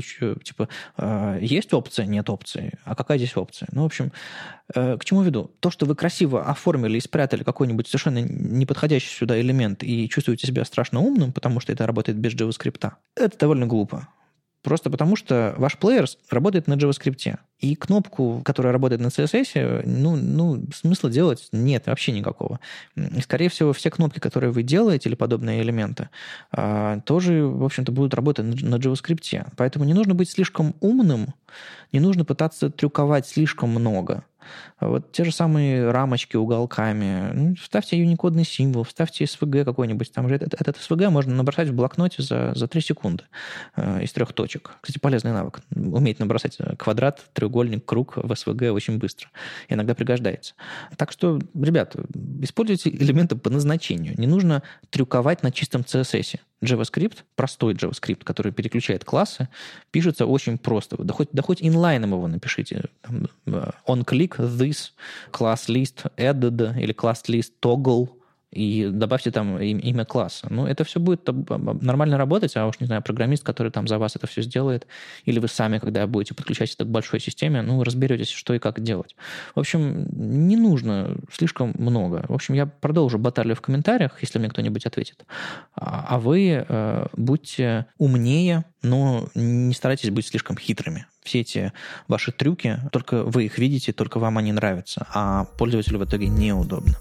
есть опция, нет опции. А какая здесь опция? В общем, к чему веду? То, что вы красиво оформили и спрятали какой-нибудь совершенно неподходящий сюда элемент и чувствуете себя страшно умным, потому что это работает без JavaScript, это довольно глупо. Просто потому, что ваш плеер работает на JavaScript. И кнопку, которая работает на CSS, смысла делать нет вообще никакого. И, скорее всего, все кнопки, которые вы делаете, или подобные элементы, тоже, в общем-то, будут работать на JavaScript. Поэтому не нужно быть слишком умным, не нужно пытаться трюковать слишком много. Вот те же самые рамочки уголками. Вставьте юникодный символ, вставьте SVG какой-нибудь. Там же этот SVG можно набросать в блокноте за 3 секунды из 3 точек. Кстати, полезный навык. Уметь набросать квадрат, треугольник, круг в SVG очень быстро. Иногда пригождается. Так что, ребята, используйте элементы по назначению. Не нужно трюковать на чистом CSS. JavaScript, простой JavaScript, который переключает классы, пишется очень просто. Да хоть инлайном его напишите. On-click, this, class list, added, или class list toggle, и добавьте там имя класса. Это все будет нормально работать, а уж, не знаю, программист, который там за вас это все сделает, или вы сами, когда будете подключать это к большой системе, разберетесь, что и как делать. В общем, не нужно слишком много. В общем, я продолжу баталию в комментариях, если мне кто-нибудь ответит. А вы будьте умнее, но не старайтесь быть слишком хитрыми. Все эти ваши трюки, только вы их видите, только вам они нравятся, а пользователю в итоге неудобно.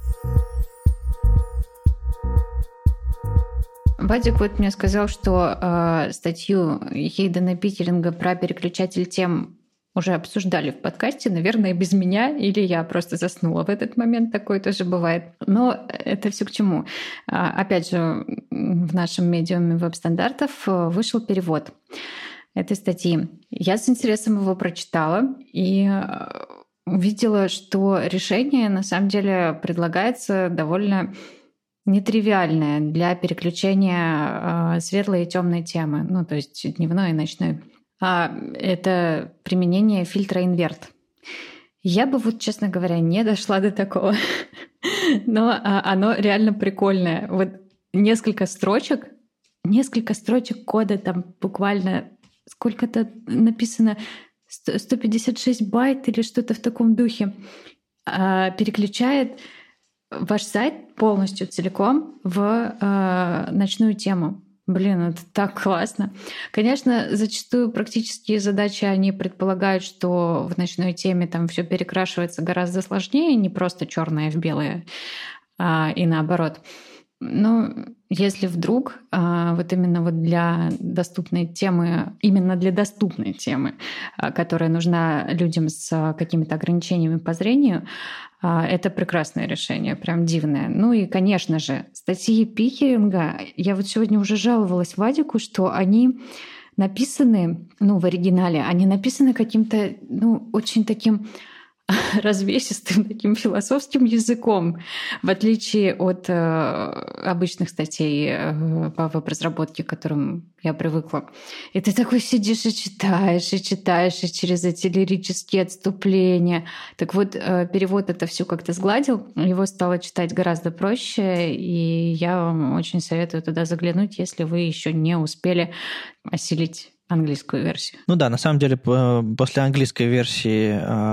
Вадик мне сказал, что статью Хейдена Питеринга про переключатель тем уже обсуждали в подкасте, наверное, без меня, или я просто заснула в этот момент, такое тоже бывает. Но это все к чему? Опять же, в нашем медиуме веб-стандартов вышел перевод этой статьи. Я с интересом его прочитала и увидела, что решение на самом деле предлагается довольно нетривиальное для переключения светлой и темной темы, то есть дневной и ночной. Это применение фильтра инверт. Я бы, честно говоря, не дошла до такого, но оно реально прикольное. Несколько строчек, несколько строчек кода, там буквально сколько-то написано, 156 байт или что-то в таком духе, переключает ваш сайт полностью целиком в ночную тему. Блин, это так классно. Конечно, зачастую практические задачи, они предполагают, что в ночной теме там все перекрашивается гораздо сложнее, не просто черное в белое, и наоборот. Но если вдруг вот именно вот для доступной темы, именно для доступной темы, которая нужна людям с какими-то ограничениями по зрению, это прекрасное решение, прям дивное. Ну и, конечно же, статьи Пикеринга. Я вот сегодня уже жаловалась Вадику, что они написаны, в оригинале, они написаны каким-то, очень таким развесистым, таким философским языком, в отличие от обычных статей по веб-разработке, к которым я привыкла. И ты такой сидишь и читаешь, и через эти лирические отступления. Так вот, перевод это все как-то сгладил, его стало читать гораздо проще, и я вам очень советую туда заглянуть, если вы еще не успели осилить английскую версию. Ну да, на самом деле после английской версии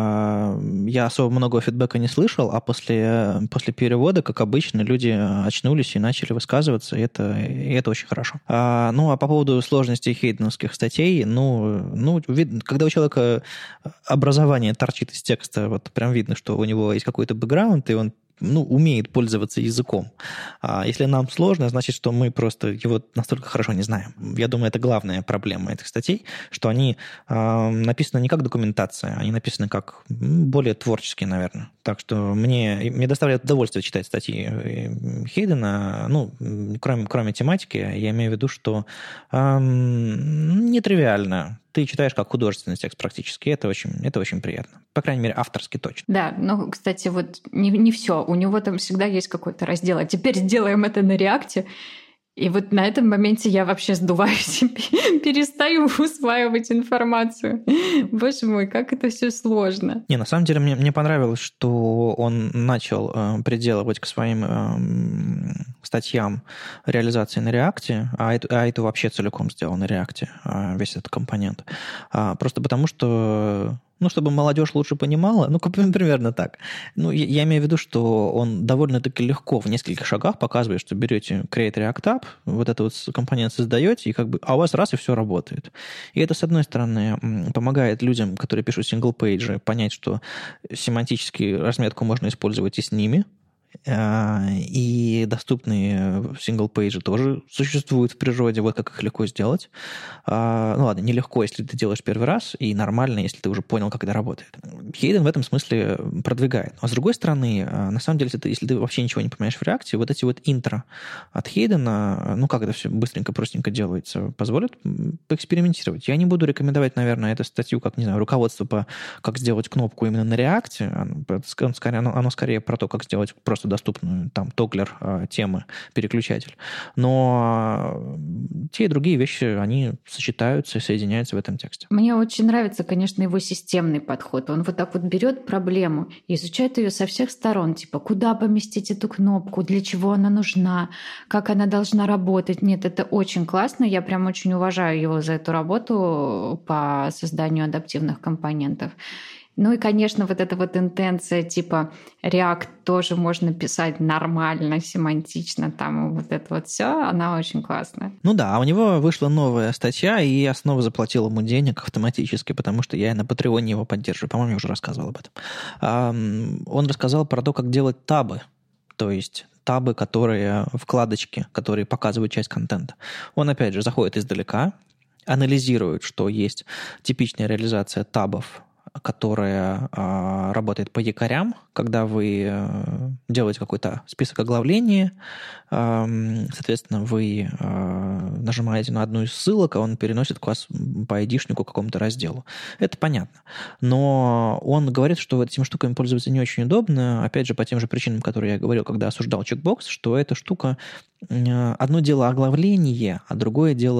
я особо много фидбэка не слышал, а после перевода, как обычно, люди очнулись и начали высказываться, и это очень хорошо. А по поводу сложностей хейденовских статей, видно, когда у человека образование торчит из текста, вот прям видно, что у него есть какой-то бэкграунд, и он умеет пользоваться языком. А если нам сложно, значит, что мы просто его настолько хорошо не знаем. Я думаю, это главная проблема этих статей, что они написаны не как документация, они написаны как более творческие, наверное. Так что мне доставляет удовольствие читать статьи Хейдена, кроме тематики, я имею в виду, что нетривиально. Ты читаешь как художественный текст практически. Это очень приятно. По крайней мере, авторски точно. Да, кстати, вот не все. У него там всегда есть какой-то раздел. А теперь сделаем это на реакте. И вот на этом моменте я вообще сдуваюсь и перестаю усваивать информацию. Боже мой, как это все сложно. На самом деле мне понравилось, что он начал приделывать к своим статьям реализации на реакте, а это вообще целиком сделано на реакте, весь этот компонент. Просто потому, что чтобы молодежь лучше понимала, примерно так. Я имею в виду, что он довольно-таки легко в нескольких шагах показывает, что берете Create React App, вот этот вот компонент создаете, и а у вас раз, и все работает. И это, с одной стороны, помогает людям, которые пишут сингл-пейджи, понять, что семантически разметку можно использовать и с ними, и доступные сингл-пейджи тоже существуют в природе, вот как их легко сделать. Ладно, нелегко, если ты делаешь первый раз, и нормально, если ты уже понял, как это работает. Хейден в этом смысле продвигает. А с другой стороны, на самом деле, если ты вообще ничего не понимаешь в реакте, вот эти вот интро от Хейдена, как это все быстренько, простенько делается, позволят поэкспериментировать. Я не буду рекомендовать, наверное, эту статью как, руководство по как сделать кнопку именно на реакте. Оно скорее про то, как сделать просто доступную, там, тоглер темы, переключатель. Но те и другие вещи, они сочетаются и соединяются в этом тексте. Мне очень нравится, конечно, его системный подход. Он вот так вот берет проблему и изучает ее со всех сторон. Типа, куда поместить эту кнопку, для чего она нужна, как она должна работать. Нет, это очень классно. Я прям очень уважаю его за эту работу по созданию адаптивных компонентов. И, конечно, вот эта вот интенция типа React тоже можно писать нормально, семантично, там вот это вот все, она очень классная. А у него вышла новая статья, и я снова заплатил ему денег автоматически, потому что я на Патреоне его поддерживаю. По-моему, я уже рассказывал об этом. Он рассказал про то, как делать табы, то есть табы, вкладочки, которые показывают часть контента. Он, опять же, заходит издалека, анализирует, что есть типичная реализация табов, которая работает по якорям, когда вы делаете какой-то список оглавлений, соответственно, вы нажимаете на одну из ссылок, а он переносит вас по айдишнику к какому-то разделу. Это понятно. Но он говорит, что этими штуками пользоваться не очень удобно, опять же, по тем же причинам, которые я говорил, когда осуждал чекбокс, что эта штука, одно дело оглавление, а другое дело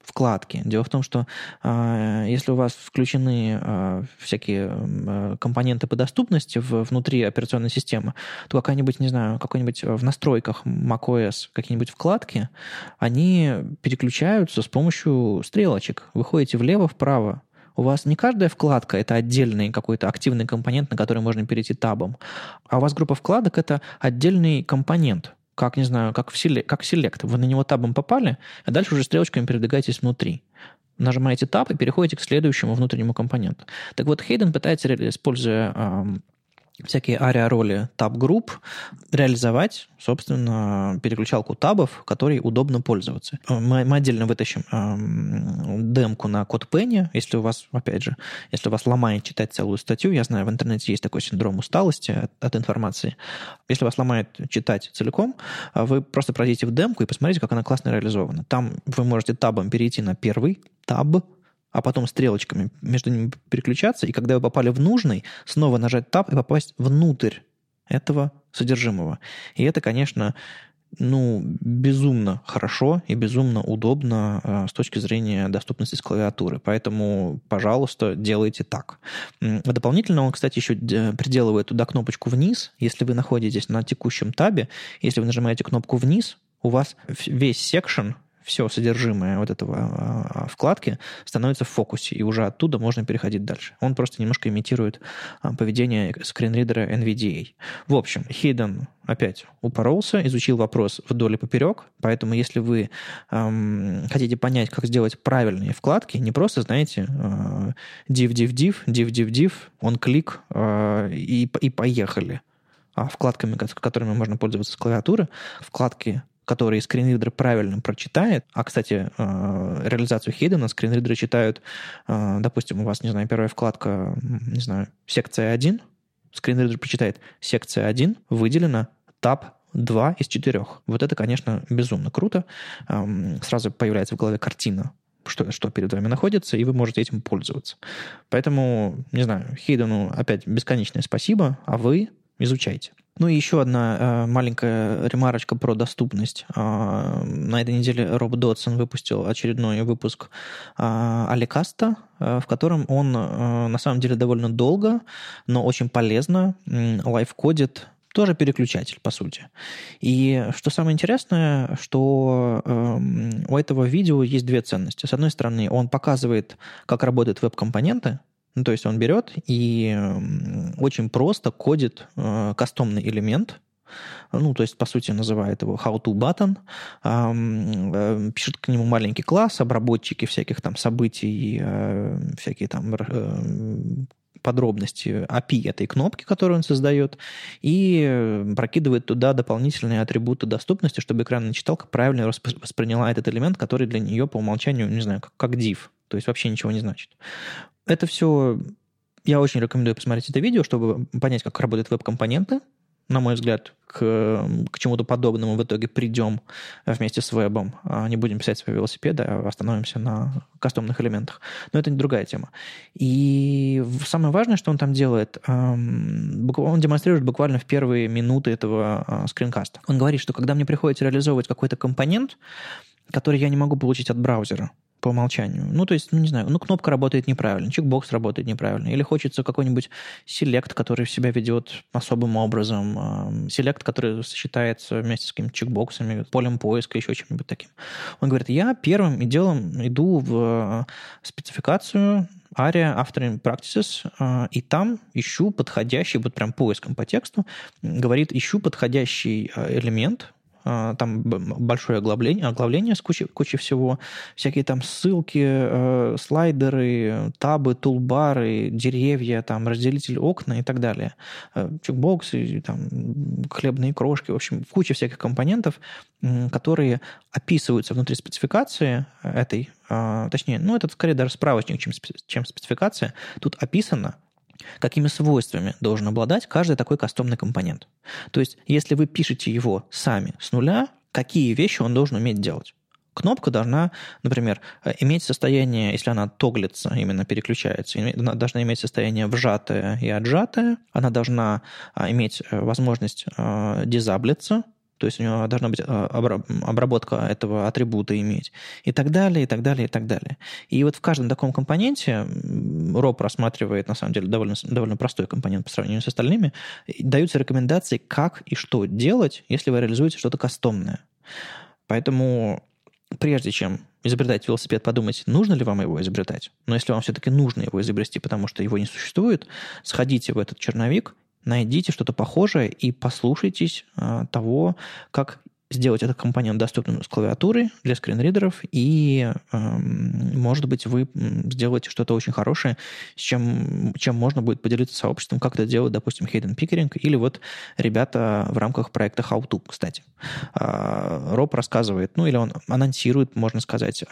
вкладки. Дело в том, что если у вас включены всякие компоненты по доступности внутри операционной системы, то какая-нибудь, не знаю, какой-нибудь в настройках macOS какие-нибудь вкладки, они переключаются с помощью стрелочек. Вы ходите влево-вправо. У вас не каждая вкладка – это отдельный какой-то активный компонент, на который можно перейти табом, а у вас группа вкладок – это отдельный компонент, как, не знаю, как Select. Вы на него табом попали, а дальше уже стрелочками передвигаетесь внутри. Нажимаете таб и переходите к следующему внутреннему компоненту. Так вот, Hayden пытается, используя всякие ARIA-роли таб-групп, реализовать, собственно, переключалку табов, которой удобно пользоваться. Мы отдельно вытащим демку на CodePen, если у вас, опять же, если у вас ломает читать целую статью, я знаю, в интернете есть такой синдром усталости от информации. Если вас ломает читать целиком, вы просто пройдите в демку и посмотрите, как она классно реализована. Там вы можете табом перейти на первый таб, а потом стрелочками между ними переключаться, и когда вы попали в нужный, снова нажать Tab и попасть внутрь этого содержимого. И это, конечно, безумно хорошо и безумно удобно с точки зрения доступности с клавиатуры. Поэтому, пожалуйста, делайте так. Дополнительно он, кстати, еще приделывает туда кнопочку вниз. Если вы находитесь на текущем табе, если вы нажимаете кнопку вниз, у вас весь секшн, все содержимое вот этого вкладки становится в фокусе, и уже оттуда можно переходить дальше. Он просто немножко имитирует поведение скринридера NVDA. В общем, Hayden опять упоролся, изучил вопрос вдоль и поперек, поэтому если вы хотите понять, как сделать правильные вкладки, не просто, знаете, div, он клик и поехали. Вкладками, которыми можно пользоваться с клавиатуры, вкладки, которые скринридер правильно прочитает. А, кстати, реализацию Hayden скринридеры читают, допустим, у вас, не знаю, первая вкладка, не знаю, секция 1, скринридер прочитает секция 1, выделена таб 2 из 4. Вот это, конечно, безумно круто. Сразу появляется в голове картина, что перед вами находится, и вы можете этим пользоваться. Поэтому, не знаю, Hayden опять бесконечное спасибо, а вы изучайте. Ну и еще одна маленькая ремарочка про доступность. На этой неделе Роб Додсон выпустил очередной выпуск Alecasta, в котором он на самом деле довольно долго, но очень полезно лайфкодит тоже переключатель, по сути. И что самое интересное, что у этого видео есть две ценности. С одной стороны, он показывает, как работают веб-компоненты. То есть он берет и очень просто кодит кастомный элемент, то есть, по сути, называет его how-to button, пишет к нему маленький класс, обработчики всяких там событий, всякие там подробности API этой кнопки, которую он создает, и прокидывает туда дополнительные атрибуты доступности, чтобы экранная читалка правильно восприняла этот элемент, который для нее по умолчанию, не знаю, как div, то есть вообще ничего не значит. Это все... Я очень рекомендую посмотреть это видео, чтобы понять, как работают веб-компоненты. На мой взгляд, к чему-то подобному в итоге придем вместе с вебом. Не будем писать свои велосипеды, а остановимся на кастомных элементах. Но это не другая тема. И самое важное, что он там делает, он демонстрирует буквально в первые минуты этого скринкаста. Он говорит, что когда мне приходится реализовывать какой-то компонент, который я не могу получить от браузера, по умолчанию. То есть, не знаю, кнопка работает неправильно, чекбокс работает неправильно, или хочется какой-нибудь селект, который себя ведет особым образом, селект, который сочетается вместе с какими-то чекбоксами, полем поиска, еще чем-нибудь таким. Он говорит, я первым делом иду в спецификацию ARIA Authoring Practices, и там ищу подходящий, вот прям поиском по тексту, говорит, ищу подходящий элемент. Там большое оглавление с кучей всего, всякие там ссылки, слайдеры, табы, тулбары, деревья, там разделитель окна и так далее, чекбоксы, там хлебные крошки, в общем, куча всяких компонентов, которые описываются внутри спецификации этой, точнее, это скорее даже справочник, чем спецификация. Тут описано, какими свойствами должен обладать каждый такой кастомный компонент. То есть, если вы пишете его сами с нуля, какие вещи он должен уметь делать? Кнопка должна, например, иметь состояние, если она тоглится, именно переключается, она должна иметь состояние вжатое и отжатое, она должна иметь возможность дизаблиться, то есть у него должна быть обработка этого атрибута иметь, и так далее, и так далее, и так далее. И вот в каждом таком компоненте Rob рассматривает, на самом деле, довольно простой компонент по сравнению с остальными, и даются рекомендации, как и что делать, если вы реализуете что-то кастомное. Поэтому прежде чем изобретать велосипед, подумайте, нужно ли вам его изобретать. Но если вам все-таки нужно его изобрести, потому что его не существует, сходите в этот черновик, найдите что-то похожее и послушайтесь того, как сделать этот компонент доступным с клавиатуры для скринридеров, и, может быть, вы сделаете что-то очень хорошее, чем можно будет поделиться сообществом, как это делает, допустим, Хейден Пикеринг, или вот ребята в рамках проекта How To, кстати. Роб рассказывает, или он анонсирует, можно сказать,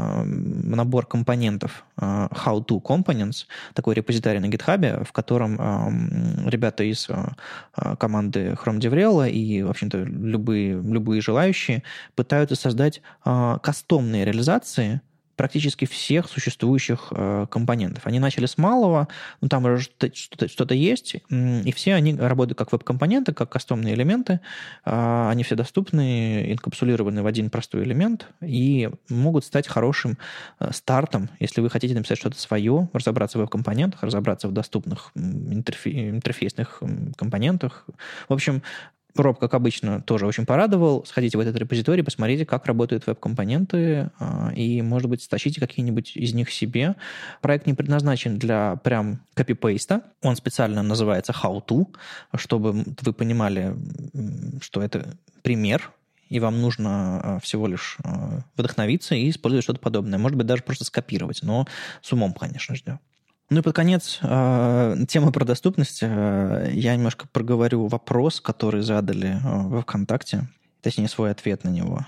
набор компонентов How To Components, такой репозиторий на GitHub, в котором ребята из команды Chrome DevRel и, в общем-то, любые желающие пытаются создать кастомные реализации практически всех существующих компонентов. Они начали с малого, там уже что-то есть, и все они работают как веб-компоненты, как кастомные элементы. Они все доступны, инкапсулированы в один простой элемент и могут стать хорошим стартом, если вы хотите написать что-то свое, разобраться в веб-компонентах, разобраться в доступных интерфейсных компонентах. В общем, Роб, как обычно, тоже очень порадовал. Сходите в этот репозиторий, посмотрите, как работают веб-компоненты, и, может быть, стащите какие-нибудь из них себе. Проект не предназначен для прям копипейста. Он специально называется How To, чтобы вы понимали, что это пример, и вам нужно всего лишь вдохновиться и использовать что-то подобное. Может быть, даже просто скопировать, но с умом, конечно, ждем. Ну и под конец темы про доступность. Я немножко проговорю вопрос, который задали во ВКонтакте, точнее, свой ответ на него.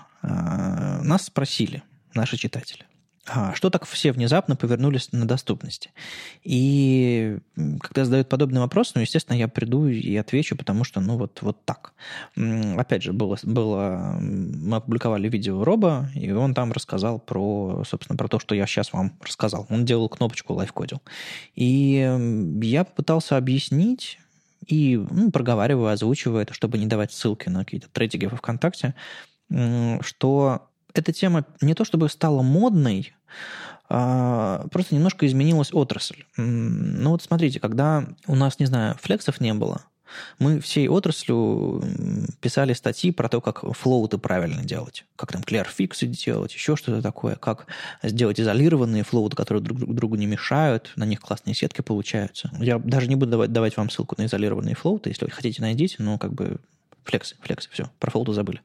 Нас спросили, наши читатели, что так все внезапно повернулись на доступности. И когда задают подобный вопрос, естественно, я приду и отвечу, потому что, вот так. Опять же, мы опубликовали видео Роба, и он там рассказал собственно, про то, что я сейчас вам рассказал. Он делал кнопочку, лайфкодил. И я попытался объяснить, и проговариваю, озвучиваю это, чтобы не давать ссылки на какие-то трейдинги во ВКонтакте, что эта тема не то чтобы стала модной, просто немножко изменилась отрасль. Смотрите, когда у нас, не знаю, флексов не было, мы всей отраслью писали статьи про то, как флоуты правильно делать, как там clear-фиксы делать, еще что-то такое, как сделать изолированные флоуты, которые друг другу не мешают, на них классные сетки получаются. Я даже не буду давать вам ссылку на изолированные флоуты, если вы хотите, найдите, флексы, все, про флоуты забыли.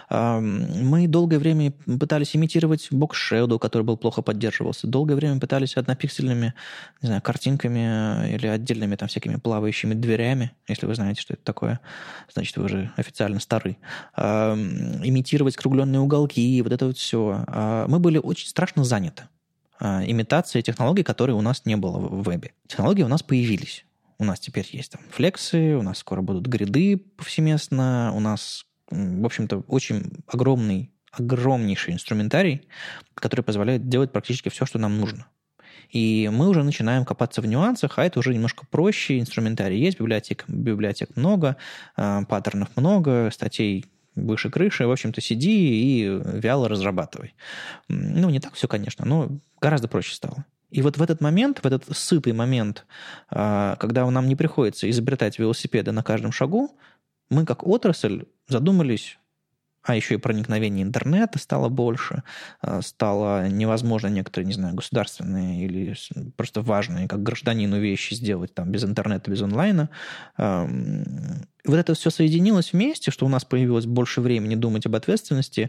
Мы долгое время пытались имитировать Box Shadow, который был плохо поддерживался. Долгое время пытались однопиксельными, не знаю, картинками или отдельными там всякими плавающими дверями, если вы знаете, что это такое, значит, вы уже официально стары. Имитировать кругленные уголки, вот это вот все. Мы были очень страшно заняты имитацией технологий, которые у нас не было в вебе. Технологии у нас появились. У нас теперь есть там флексы, у нас скоро будут гриды повсеместно, у нас, в общем-то, очень огромнейший инструментарий, который позволяет делать практически все, что нам нужно. И мы уже начинаем копаться в нюансах, а это уже немножко проще. Инструментарий есть, библиотек много, паттернов много, статей выше крыши. В общем-то, сиди и вяло разрабатывай. Не так все, конечно, но гораздо проще стало. И вот в этот момент, в этот сытый момент, когда нам не приходится изобретать велосипеды на каждом шагу, мы как отрасль задумались, а еще и проникновение интернета стало больше, стало невозможно некоторые, не знаю, государственные или просто важные, как гражданину вещи сделать там без интернета, без онлайна. Вот это все соединилось вместе, что у нас появилось больше времени думать об ответственности,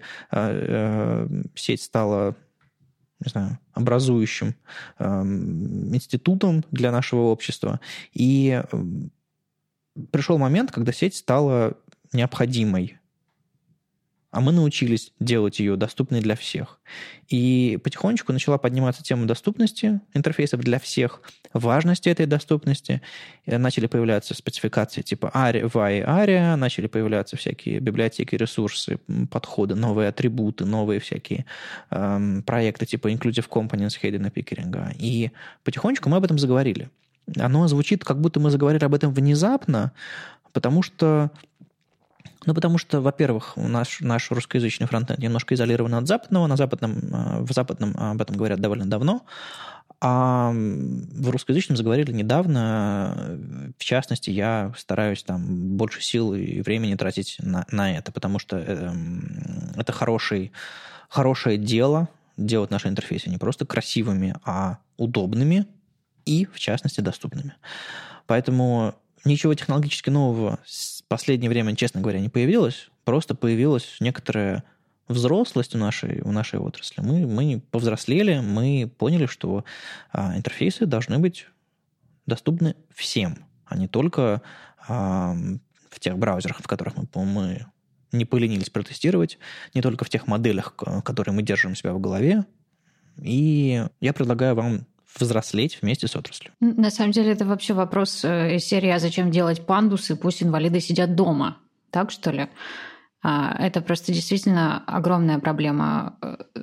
сеть стала, не знаю, образующим институтом для нашего общества. И пришел момент, когда сеть стала необходимой. А мы научились делать ее доступной для всех. И потихонечку начала подниматься тема доступности интерфейсов для всех, важности этой доступности. Начали появляться спецификации типа ARIA, начали появляться всякие библиотеки, ресурсы, подходы, новые атрибуты, новые всякие проекты типа Inclusive Components Хейдена Пикеринга. И потихонечку мы об этом заговорили. Оно звучит, как будто мы заговорили об этом внезапно, потому что Ну, потому что, во-первых, наш русскоязычный фронтенд немножко изолирован от западного. В западном об этом говорят довольно давно. А в русскоязычном заговорили недавно. В частности, я стараюсь там больше сил и времени тратить на это, потому что это хорошее дело делать наши интерфейсы не просто красивыми, а удобными и, в частности, доступными. Поэтому ничего технологически нового в последнее время, честно говоря, не появилось. Просто появилась некоторая взрослость в нашей отрасли. Мы повзрослели, мы поняли, что интерфейсы должны быть доступны всем, а не только в тех браузерах, в которых мы не поленились протестировать, не только в тех моделях, которые мы держим у себя в голове. И я предлагаю вам взрослеть вместе с отраслью. На самом деле это вообще вопрос из серии «А зачем делать пандусы? Пусть инвалиды сидят дома». Так, что ли? Это просто действительно огромная проблема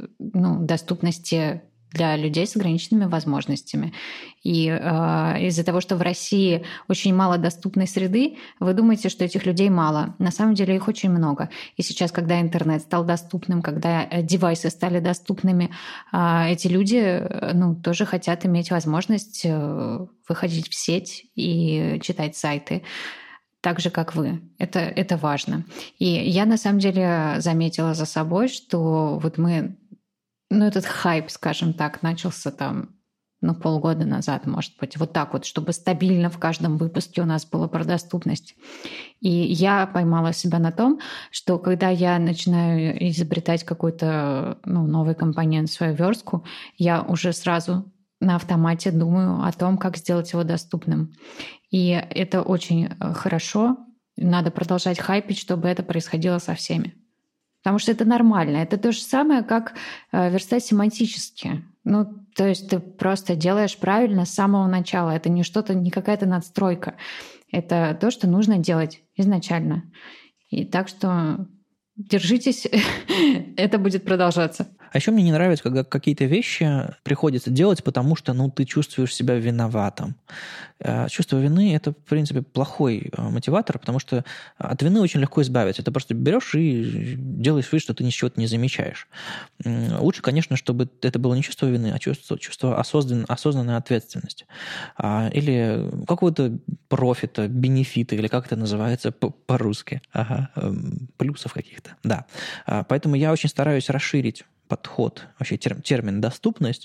доступности для людей с ограниченными возможностями. И из-за того, что в России очень мало доступной среды, вы думаете, что этих людей мало. На самом деле их очень много. И сейчас, когда интернет стал доступным, когда девайсы стали доступными, эти люди тоже хотят иметь возможность выходить в сеть и читать сайты. Так же, как вы. Это важно. И я, на самом деле, заметила за собой, что вот мы... этот хайп, скажем так, начался там, полгода назад, может быть, вот так вот, чтобы стабильно в каждом выпуске у нас было про доступность. И я поймала себя на том, что когда я начинаю изобретать какой-то новый компонент в свою верстку, я уже сразу на автомате думаю о том, как сделать его доступным. И это очень хорошо. Надо продолжать хайпить, чтобы это происходило со всеми. Потому что это нормально. Это то же самое, как верстать семантически. То есть ты просто делаешь правильно с самого начала. Это не какая-то надстройка. Это то, что нужно делать изначально. И так что держитесь, это будет продолжаться. А еще мне не нравится, когда какие-то вещи приходится делать, потому что ты чувствуешь себя виноватым. Чувство вины – это, в принципе, плохой мотиватор, потому что от вины очень легко избавиться. Ты просто берешь и делаешь вид, что ты ничего не замечаешь. Лучше, конечно, чтобы это было не чувство вины, а чувство осознанной ответственности. Или какого-то профита, бенефита, или как это называется по-русски. Плюсов каких-то. Да. Поэтому я очень стараюсь расширить подход, вообще термин «доступность»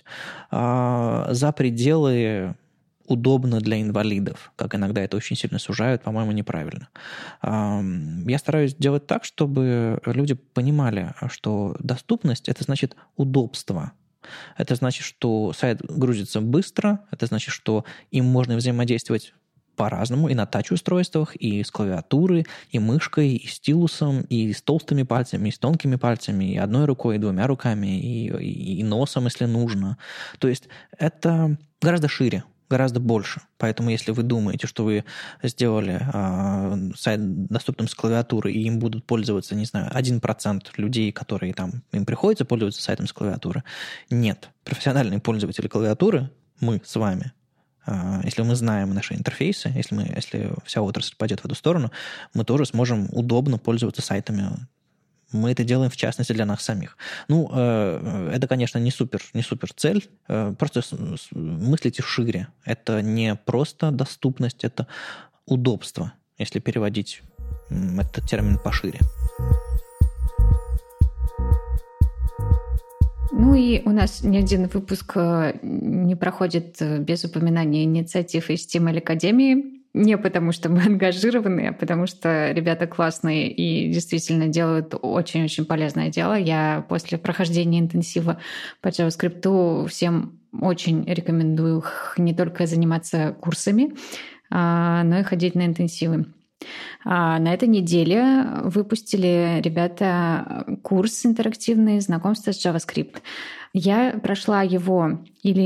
за пределы удобно для инвалидов, как иногда это очень сильно сужают, по-моему, неправильно. Я стараюсь делать так, чтобы люди понимали, что доступность – это значит удобство. Это значит, что сайт грузится быстро, это значит, что им можно взаимодействовать по-разному, и на тач-устройствах, и с клавиатурой, и мышкой, и стилусом, и с толстыми пальцами, и с тонкими пальцами, и одной рукой, и двумя руками, и носом, если нужно. То есть это гораздо шире, гораздо больше. Поэтому если вы думаете, что вы сделали сайт доступным с клавиатурой, и им будут пользоваться, 1% людей, которые им приходится пользоваться сайтом с клавиатуры, нет. Профессиональные пользователи клавиатуры, мы с вами, если мы знаем наши интерфейсы, если вся отрасль пойдет в эту сторону, мы тоже сможем удобно пользоваться сайтами. Мы это делаем, в частности, для нас самих. Это, конечно, не супер цель. Просто мыслите шире. Это не просто доступность, это удобство, если переводить этот термин пошире. И у нас ни один выпуск не проходит без упоминания инициатив из HTML Академии. Не потому, что мы ангажированы, а потому что ребята классные и действительно делают очень-очень полезное дело. Я после прохождения интенсива по JavaScript всем очень рекомендую не только заниматься курсами, но и ходить на интенсивы. На этой неделе выпустили ребята курс интерактивный «Знакомство с JavaScript». Я прошла его,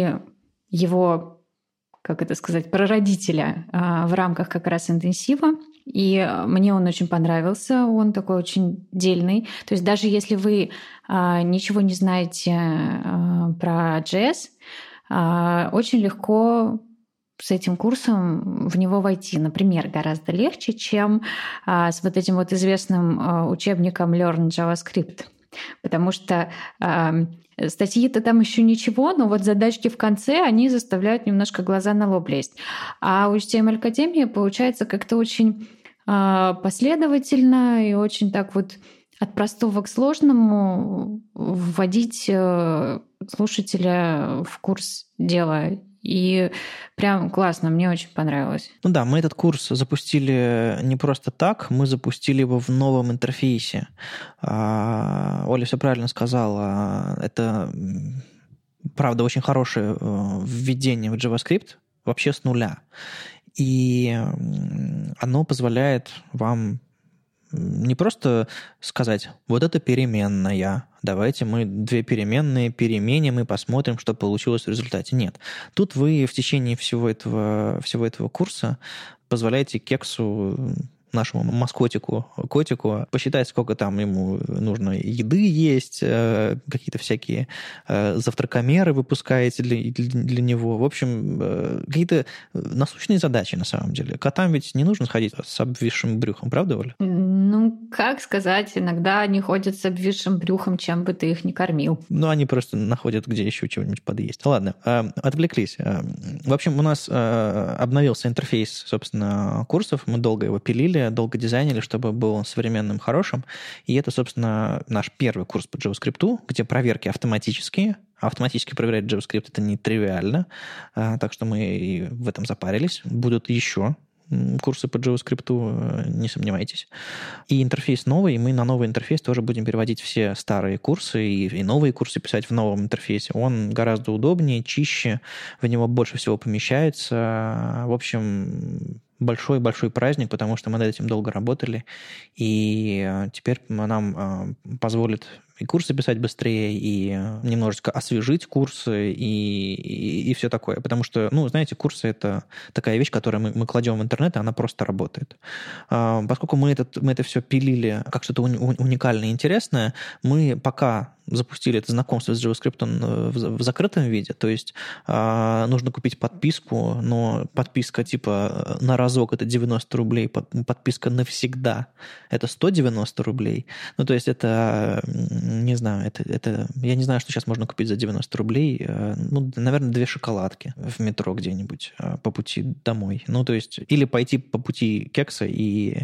прародителя в рамках как раз интенсива, и мне он очень понравился, он такой очень дельный. То есть даже если вы ничего не знаете про JS, очень легко с этим курсом в него войти, например, гораздо легче, чем с вот этим вот известным учебником Learn JavaScript. Потому что статьи-то там еще ничего, но вот задачки в конце, они заставляют немножко глаза на лоб лезть. А у HTML Академии получается как-то очень последовательно и очень так вот от простого к сложному вводить слушателя в курс дела. И прям классно, мне очень понравилось. Ну да, мы этот курс запустили не просто так, мы запустили его в новом интерфейсе. Оля все правильно сказала. Это, правда, очень хорошее введение в JavaScript вообще с нуля. И оно позволяет вам не просто сказать, вот это переменная, давайте мы две переменные переменим и посмотрим, что получилось в результате. Нет. Тут вы в течение всего этого курса позволяете кексу, нашему маскотику, котику, посчитать, сколько там ему нужно еды есть, какие-то всякие завтракомеры выпускаете для него. В общем, какие-то насущные задачи на самом деле. Котам ведь не нужно ходить с обвисшим брюхом, правда, Оля? Ну, как сказать, иногда они ходят с обвисшим брюхом, чем бы ты их ни кормил. Ну, они просто находят, где еще чего-нибудь подъесть. Ладно, отвлеклись. В общем, у нас обновился интерфейс, собственно, курсов. Мы долго его пилили, долго дизайнили, чтобы был современным, хорошим. И это, собственно, наш первый курс по JavaScript, где проверки автоматические. Автоматически проверять JavaScript — это не тривиально. Так что мы и в этом запарились. Будут еще курсы по JavaScript, не сомневайтесь. И интерфейс новый, и мы на новый интерфейс тоже будем переводить все старые курсы и новые курсы писать в новом интерфейсе. Он гораздо удобнее, чище, в него больше всего помещается. В общем, большой-большой праздник, потому что мы над этим долго работали, и теперь нам позволит и курсы писать быстрее, и немножечко освежить курсы, и все такое. Потому что, ну, знаете, курсы — это такая вещь, которую мы кладем в интернет, и она просто работает. Поскольку мы это все пилили как что-то уникальное и интересное, мы пока запустили это знакомство с JavaScript в закрытом виде, то есть нужно купить подписку, но подписка типа на разок — это 90 рублей, подписка навсегда — это 190 рублей. Ну, то есть это, не знаю, это я не знаю, что сейчас можно купить за 90 рублей. Ну, наверное, 2 шоколадки в метро где-нибудь по пути домой. Ну, то есть, или пойти по пути кекса и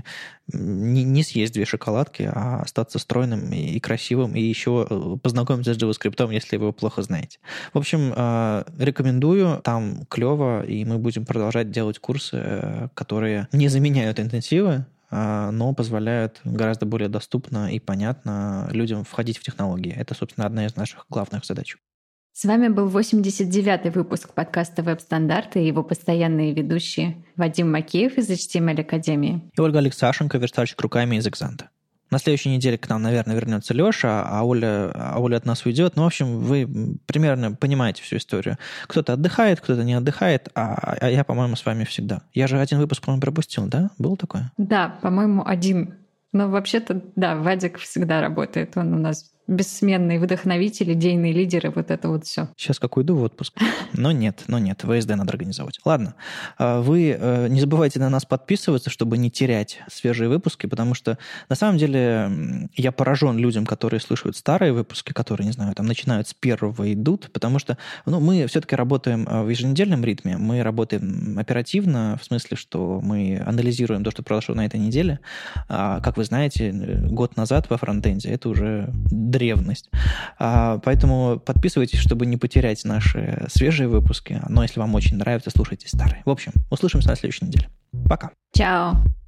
не съесть 2 шоколадки, а остаться стройным и красивым, и еще познакомиться с JavaScript, если вы его плохо знаете. В общем, рекомендую, там клево, и мы будем продолжать делать курсы, которые не заменяют интенсивы, но позволяют гораздо более доступно и понятно людям входить в технологии. Это, собственно, одна из наших главных задач. С вами был 89-й выпуск подкаста «Веб-стандарты» и его постоянные ведущие Вадим Макеев из HTML Академии И Ольга Алексашенко, верстальщик руками из Экзанта. На следующей неделе к нам, наверное, вернется Леша, а Оля от нас уйдет. Ну, в общем, вы примерно понимаете всю историю. Кто-то отдыхает, кто-то не отдыхает, а я, по-моему, с вами всегда. Я же один выпуск, по-моему, пропустил, да? Было такое? Да, по-моему, один. Но вообще-то, да, Вадик всегда работает. Он у нас бессменный вдохновитель, идейный лидер и вот это вот все. Сейчас как уйду в отпуск. Но нет, ВСД надо организовать. Ладно, вы не забывайте на нас подписываться, чтобы не терять свежие выпуски, потому что на самом деле я поражен людям, которые слушают старые выпуски, которые, не знаю, там начинают с первого идут, потому что мы все-таки работаем в еженедельном ритме, мы работаем оперативно, в смысле, что мы анализируем то, что произошло на этой неделе. Как вы знаете, год назад во фронтенде это уже древность. Поэтому подписывайтесь, чтобы не потерять наши свежие выпуски. Но если вам очень нравится, слушайте старые. В общем, услышимся на следующей неделе. Пока. Чао.